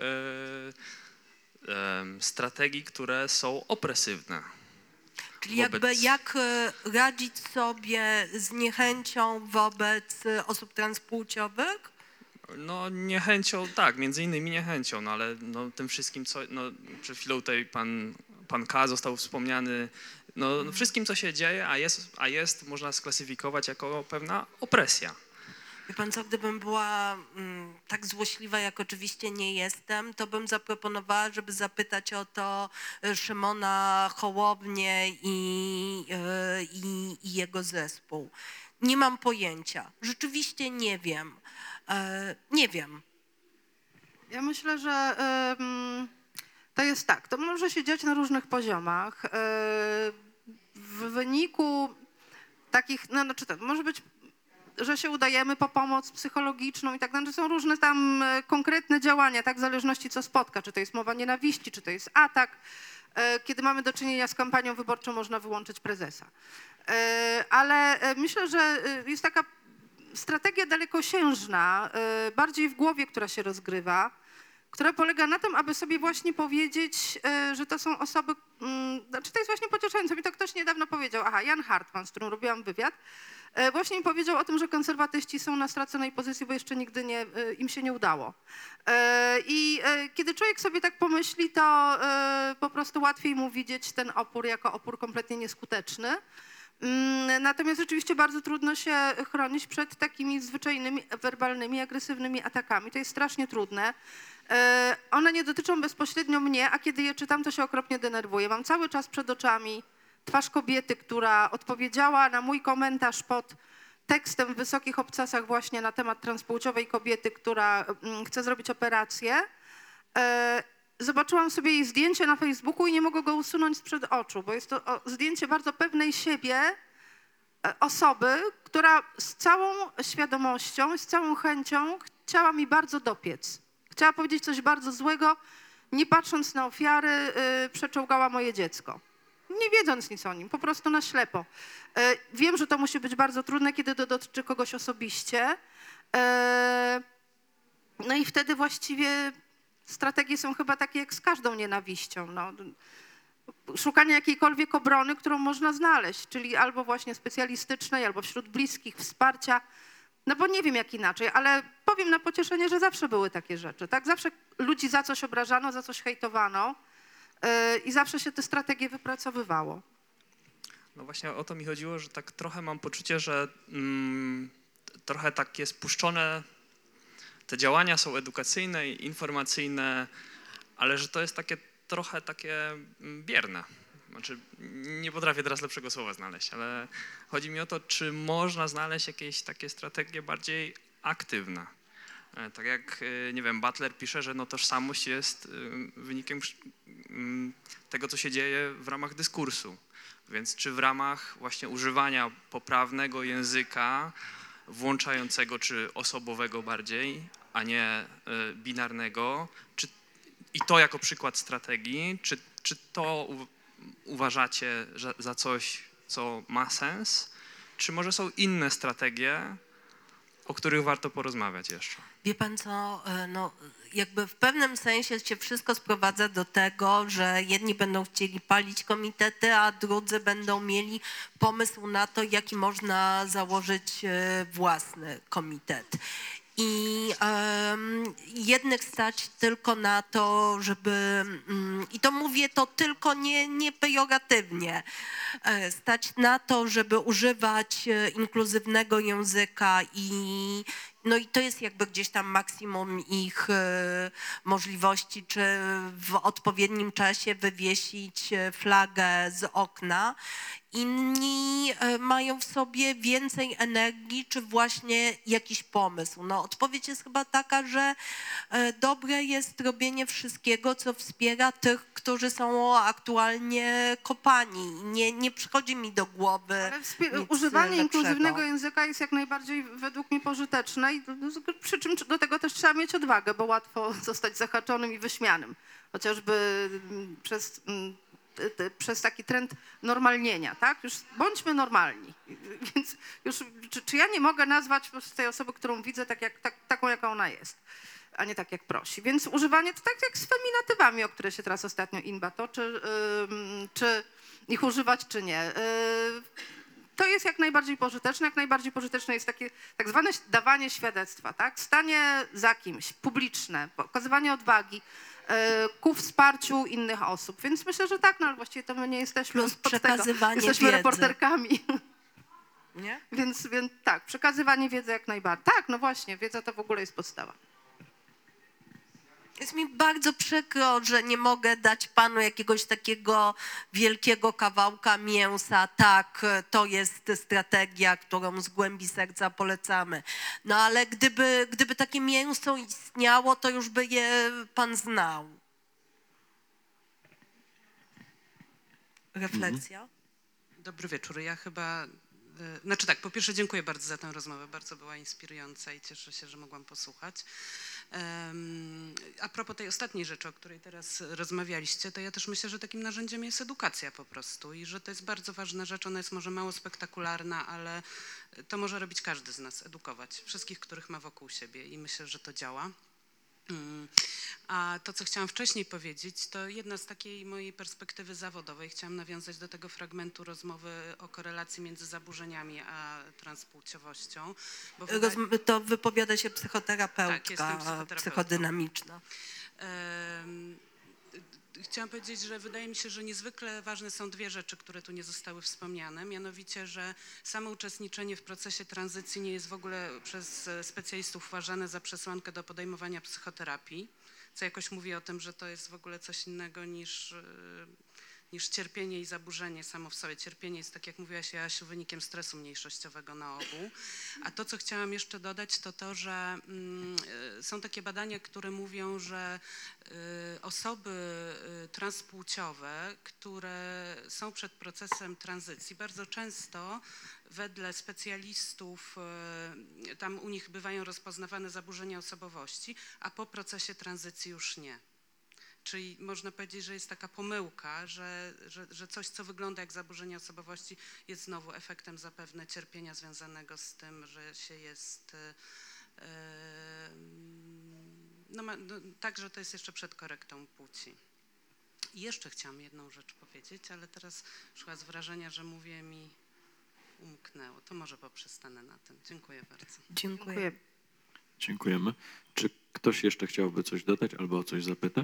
e, em, strategii, które są opresywne. Czyli wobec- jakby jak e, radzić sobie z niechęcią wobec e, osób transpłciowych? No niechęcią, tak, między innymi niechęcią, no ale no, tym wszystkim, co, no przed chwilą tutaj pan, pan K. został wspomniany, no no, wszystkim, co się dzieje, a jest, a jest, można sklasyfikować jako pewna opresja. Wie pan co, gdybym była mm, tak złośliwa, jak oczywiście nie jestem, to bym zaproponowała, żeby zapytać o to e, Szymona Hołownię i, e, i, i jego zespół. Nie mam pojęcia. Rzeczywiście nie wiem. E, nie wiem. Ja myślę, że ym, to jest tak, to może się dziać na różnych poziomach. Yy, w wyniku takich, no, znaczy to może być, że się udajemy po pomoc psychologiczną i tak dalej. Są różne tam e, konkretne działania, tak, w zależności co spotka, czy to jest mowa nienawiści, czy to jest atak. E, Kiedy mamy do czynienia z kampanią wyborczą, można wyłączyć prezesa. E, Ale e, myślę, że e, jest taka strategia dalekosiężna, y, bardziej w głowie, która się rozgrywa, która polega na tym, aby sobie właśnie powiedzieć, y, że to są osoby, mm, znaczy to jest właśnie pocieszające. Mi to ktoś niedawno powiedział, aha, Jan Hartman, z którym robiłam wywiad, y, właśnie mi powiedział o tym, że konserwatyści są na straconej pozycji, bo jeszcze nigdy nie, y, im się nie udało. Y, I y, kiedy człowiek sobie tak pomyśli, to y, po prostu łatwiej mu widzieć ten opór jako opór kompletnie nieskuteczny. Mm, Natomiast rzeczywiście bardzo trudno się chronić przed takimi zwyczajnymi, werbalnymi, agresywnymi atakami. To jest strasznie trudne. E, One nie dotyczą bezpośrednio mnie, a kiedy je czytam, to się okropnie denerwuję. Mam cały czas przed oczami twarz kobiety, która odpowiedziała na mój komentarz pod tekstem w Wysokich Obcasach właśnie na temat transpłciowej kobiety, która mm, chce zrobić operację. E, Zobaczyłam sobie jej zdjęcie na Facebooku i nie mogę go usunąć sprzed oczu, bo jest to o, zdjęcie bardzo pewnej siebie e, osoby, która z całą świadomością, z całą chęcią chciała mi bardzo dopiec. Chciała powiedzieć coś bardzo złego, nie patrząc na ofiary, y, przeczołgała moje dziecko. Nie wiedząc nic o nim, po prostu na ślepo. E, Wiem, że to musi być bardzo trudne, kiedy to dotyczy kogoś osobiście. E, No i wtedy właściwie strategie są chyba takie jak z każdą nienawiścią. No. Szukanie jakiejkolwiek obrony, którą można znaleźć, czyli albo właśnie specjalistycznej, albo wśród bliskich, wsparcia. No bo nie wiem jak inaczej, ale powiem na pocieszenie, że zawsze były takie rzeczy. Tak? Zawsze ludzi za coś obrażano, za coś hejtowano yy, i zawsze się te strategie wypracowywało. No właśnie o to mi chodziło, że tak trochę mam poczucie, że mm, trochę takie spuszczone te działania są edukacyjne i informacyjne, ale że to jest takie trochę takie bierne. Znaczy, nie potrafię teraz lepszego słowa znaleźć, ale chodzi mi o to, czy można znaleźć jakieś takie strategie bardziej aktywne. Tak jak, nie wiem, Butler pisze, że no tożsamość jest wynikiem tego, co się dzieje w ramach dyskursu. Więc czy w ramach właśnie używania poprawnego języka, włączającego czy osobowego bardziej, a nie y, binarnego, czy, i to jako przykład strategii, czy, czy to u, uważacie że, za coś, co ma sens, czy może są inne strategie, o których warto porozmawiać jeszcze? Wie pan co, no jakby w pewnym sensie się wszystko sprowadza do tego, że jedni będą chcieli palić komitety, a drudzy będą mieli pomysł na to, jaki można założyć własny komitet. I um, jednych stać tylko na to, żeby, um, i to mówię to tylko nie, nie pejoratywnie, e, stać na to, żeby używać e, inkluzywnego języka i no i to jest jakby gdzieś tam maksimum ich e, możliwości, czy w odpowiednim czasie wywiesić flagę z okna. Inni mają w sobie więcej energii, czy właśnie jakiś pomysł. No, odpowiedź jest chyba taka, że dobre jest robienie wszystkiego, co wspiera tych, którzy są aktualnie kopani. Nie, nie przychodzi mi do głowy Ale wspie- nic używanie lepszego. inkluzywnego języka jest jak najbardziej według mnie pożyteczne i przy czym do tego też trzeba mieć odwagę, bo łatwo zostać zahaczonym i wyśmianym. Chociażby przez t- t- przez taki trend normalnienia, tak? Już bądźmy normalni. Więc już, czy, czy ja nie mogę nazwać po prostu tej osoby, którą widzę, tak jak, tak, taką, jaka ona jest, a nie tak, jak prosi. Więc używanie to tak jak z feminatywami, o które się teraz ostatnio inba toczy, yy, czy ich używać, czy nie. Yy, To jest jak najbardziej pożyteczne. Jak najbardziej pożyteczne jest takie tak zwane dawanie świadectwa, tak? Stanie za kimś, publiczne, pokazywanie odwagi e, ku wsparciu innych osób. Więc myślę, że tak, no ale właściwie to my nie jesteśmy Plus od tego. przekazywanie Jesteśmy wiedzy. reporterkami. Nie? Więc, więc tak, przekazywanie wiedzy jak najbardziej. Tak, no właśnie, wiedza to w ogóle jest podstawa. Jest mi bardzo przykro, że nie mogę dać panu jakiegoś takiego wielkiego kawałka mięsa. Tak, to jest strategia, którą z głębi serca polecamy. No ale gdyby, gdyby takie mięso istniało, to już by je pan znał. Refleksja? Dobry wieczór. Ja chyba, y, znaczy tak, po pierwsze dziękuję bardzo za tę rozmowę, bardzo była inspirująca i cieszę się, że mogłam posłuchać. Um, a propos tej ostatniej rzeczy, o której teraz rozmawialiście, to ja też myślę, że takim narzędziem jest edukacja po prostu i że to jest bardzo ważna rzecz, ona jest może mało spektakularna, ale to może robić każdy z nas, edukować wszystkich, których ma wokół siebie i myślę, że to działa. Um, A to, co chciałam wcześniej powiedzieć, to jedna z takiej mojej perspektywy zawodowej. Chciałam nawiązać do tego fragmentu rozmowy o korelacji między zaburzeniami a transpłciowością. Bo wydaje... Roz, to wypowiada się psychoterapeutka, Tak, jestem psychoterapeutką. psychodynamiczna. Um, Chciałam powiedzieć, że wydaje mi się, że niezwykle ważne są dwie rzeczy, które tu nie zostały wspomniane. Mianowicie, że samo uczestniczenie w procesie tranzycji nie jest w ogóle przez specjalistów uważane za przesłankę do podejmowania psychoterapii, co jakoś mówi o tym, że to jest w ogóle coś innego niż, niż cierpienie i zaburzenie samo w sobie. Cierpienie jest, tak jak mówiłaś, Jasiu, wynikiem stresu mniejszościowego na ogół. A to, co chciałam jeszcze dodać, to to, że mm, są takie badania, które mówią, że y, osoby y, transpłciowe, które są przed procesem tranzycji, bardzo często wedle specjalistów, y, tam u nich bywają rozpoznawane zaburzenia osobowości, a po procesie tranzycji już nie. Czyli można powiedzieć, że jest taka pomyłka, że, że, że coś, co wygląda jak zaburzenie osobowości, jest znowu efektem zapewne cierpienia związanego z tym, że się jest, yy, no, ma, no tak, że to jest jeszcze przed korektą płci. I jeszcze chciałam jedną rzecz powiedzieć, ale teraz szła z wrażenia, że mówię mi umknęło. To może poprzestanę na tym. Dziękuję bardzo. Dziękuję. Dziękuję. Dziękujemy. Czy ktoś jeszcze chciałby coś dodać albo o coś zapytać?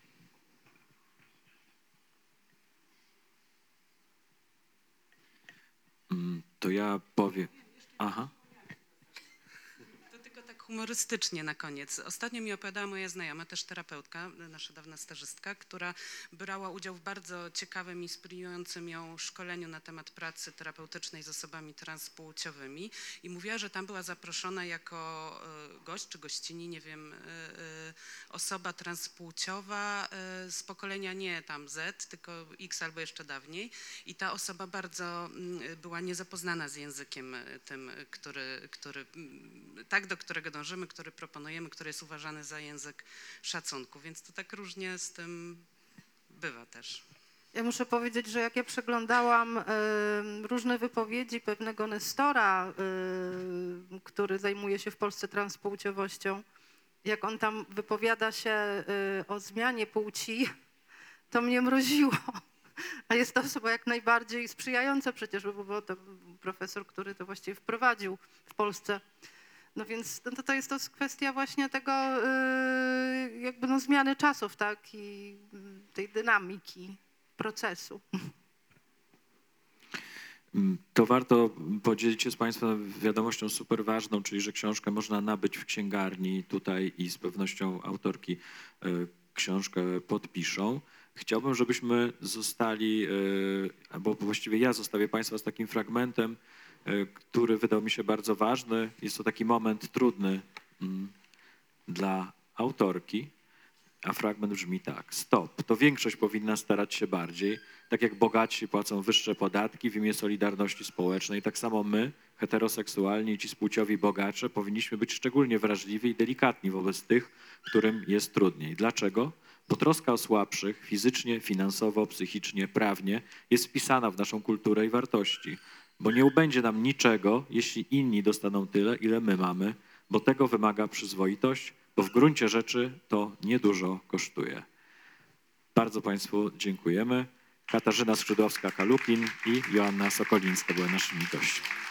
Mm, To ja powiem. Aha. To tylko tak humorystycznie na koniec. Ostatnio mi opowiadała moja znajoma, też terapeutka, nasza dawna stażystka, która brała udział w bardzo ciekawym, inspirującym ją szkoleniu na temat pracy terapeutycznej z osobami transpłciowymi i mówiła, że tam była zaproszona jako e, gość czy gościni, nie wiem, e, e, osoba transpłciowa e, z pokolenia nie tam Z, tylko X albo jeszcze dawniej i ta osoba bardzo m, była niezapoznana z językiem e, tym, który, który m, tak, do którego dążymy, który proponujemy, który jest uważany za język szacunku, więc to tak różnie z tym bywa też. Ja muszę powiedzieć, że jak ja przeglądałam y, różne wypowiedzi pewnego Nestora, y, który zajmuje się w Polsce transpłciowością, jak on tam wypowiada się y, o zmianie płci, to mnie mroziło. A jest to osoba jak najbardziej sprzyjająca przecież, bo był to profesor, który to właściwie wprowadził w Polsce. No więc no to, to jest to kwestia właśnie tego yy, jakby no zmiany czasów, tak, i tej dynamiki procesu. To warto podzielić się z Państwem wiadomością super ważną, czyli że książkę można nabyć w księgarni tutaj i z pewnością autorki y, książkę podpiszą. Chciałbym, żebyśmy zostali, y, albo właściwie ja zostawię Państwa z takim fragmentem, który wydał mi się bardzo ważny. Jest to taki moment trudny mm, dla autorki, a fragment brzmi tak. Stop. To większość powinna starać się bardziej. Tak jak bogatsi płacą wyższe podatki w imię solidarności społecznej, tak samo my, heteroseksualni i ci spłciowi bogacze, powinniśmy być szczególnie wrażliwi i delikatni wobec tych, którym jest trudniej. Dlaczego? bo troska o słabszych fizycznie, finansowo, psychicznie, prawnie jest wpisana w naszą kulturę i wartości, bo nie ubędzie nam niczego, jeśli inni dostaną tyle, ile my mamy, bo tego wymaga przyzwoitość, bo w gruncie rzeczy to niedużo kosztuje. Bardzo Państwu dziękujemy. Katarzyna Skrzydłowska-Kalukin i Joanna Sokolińska były naszymi gośćmi.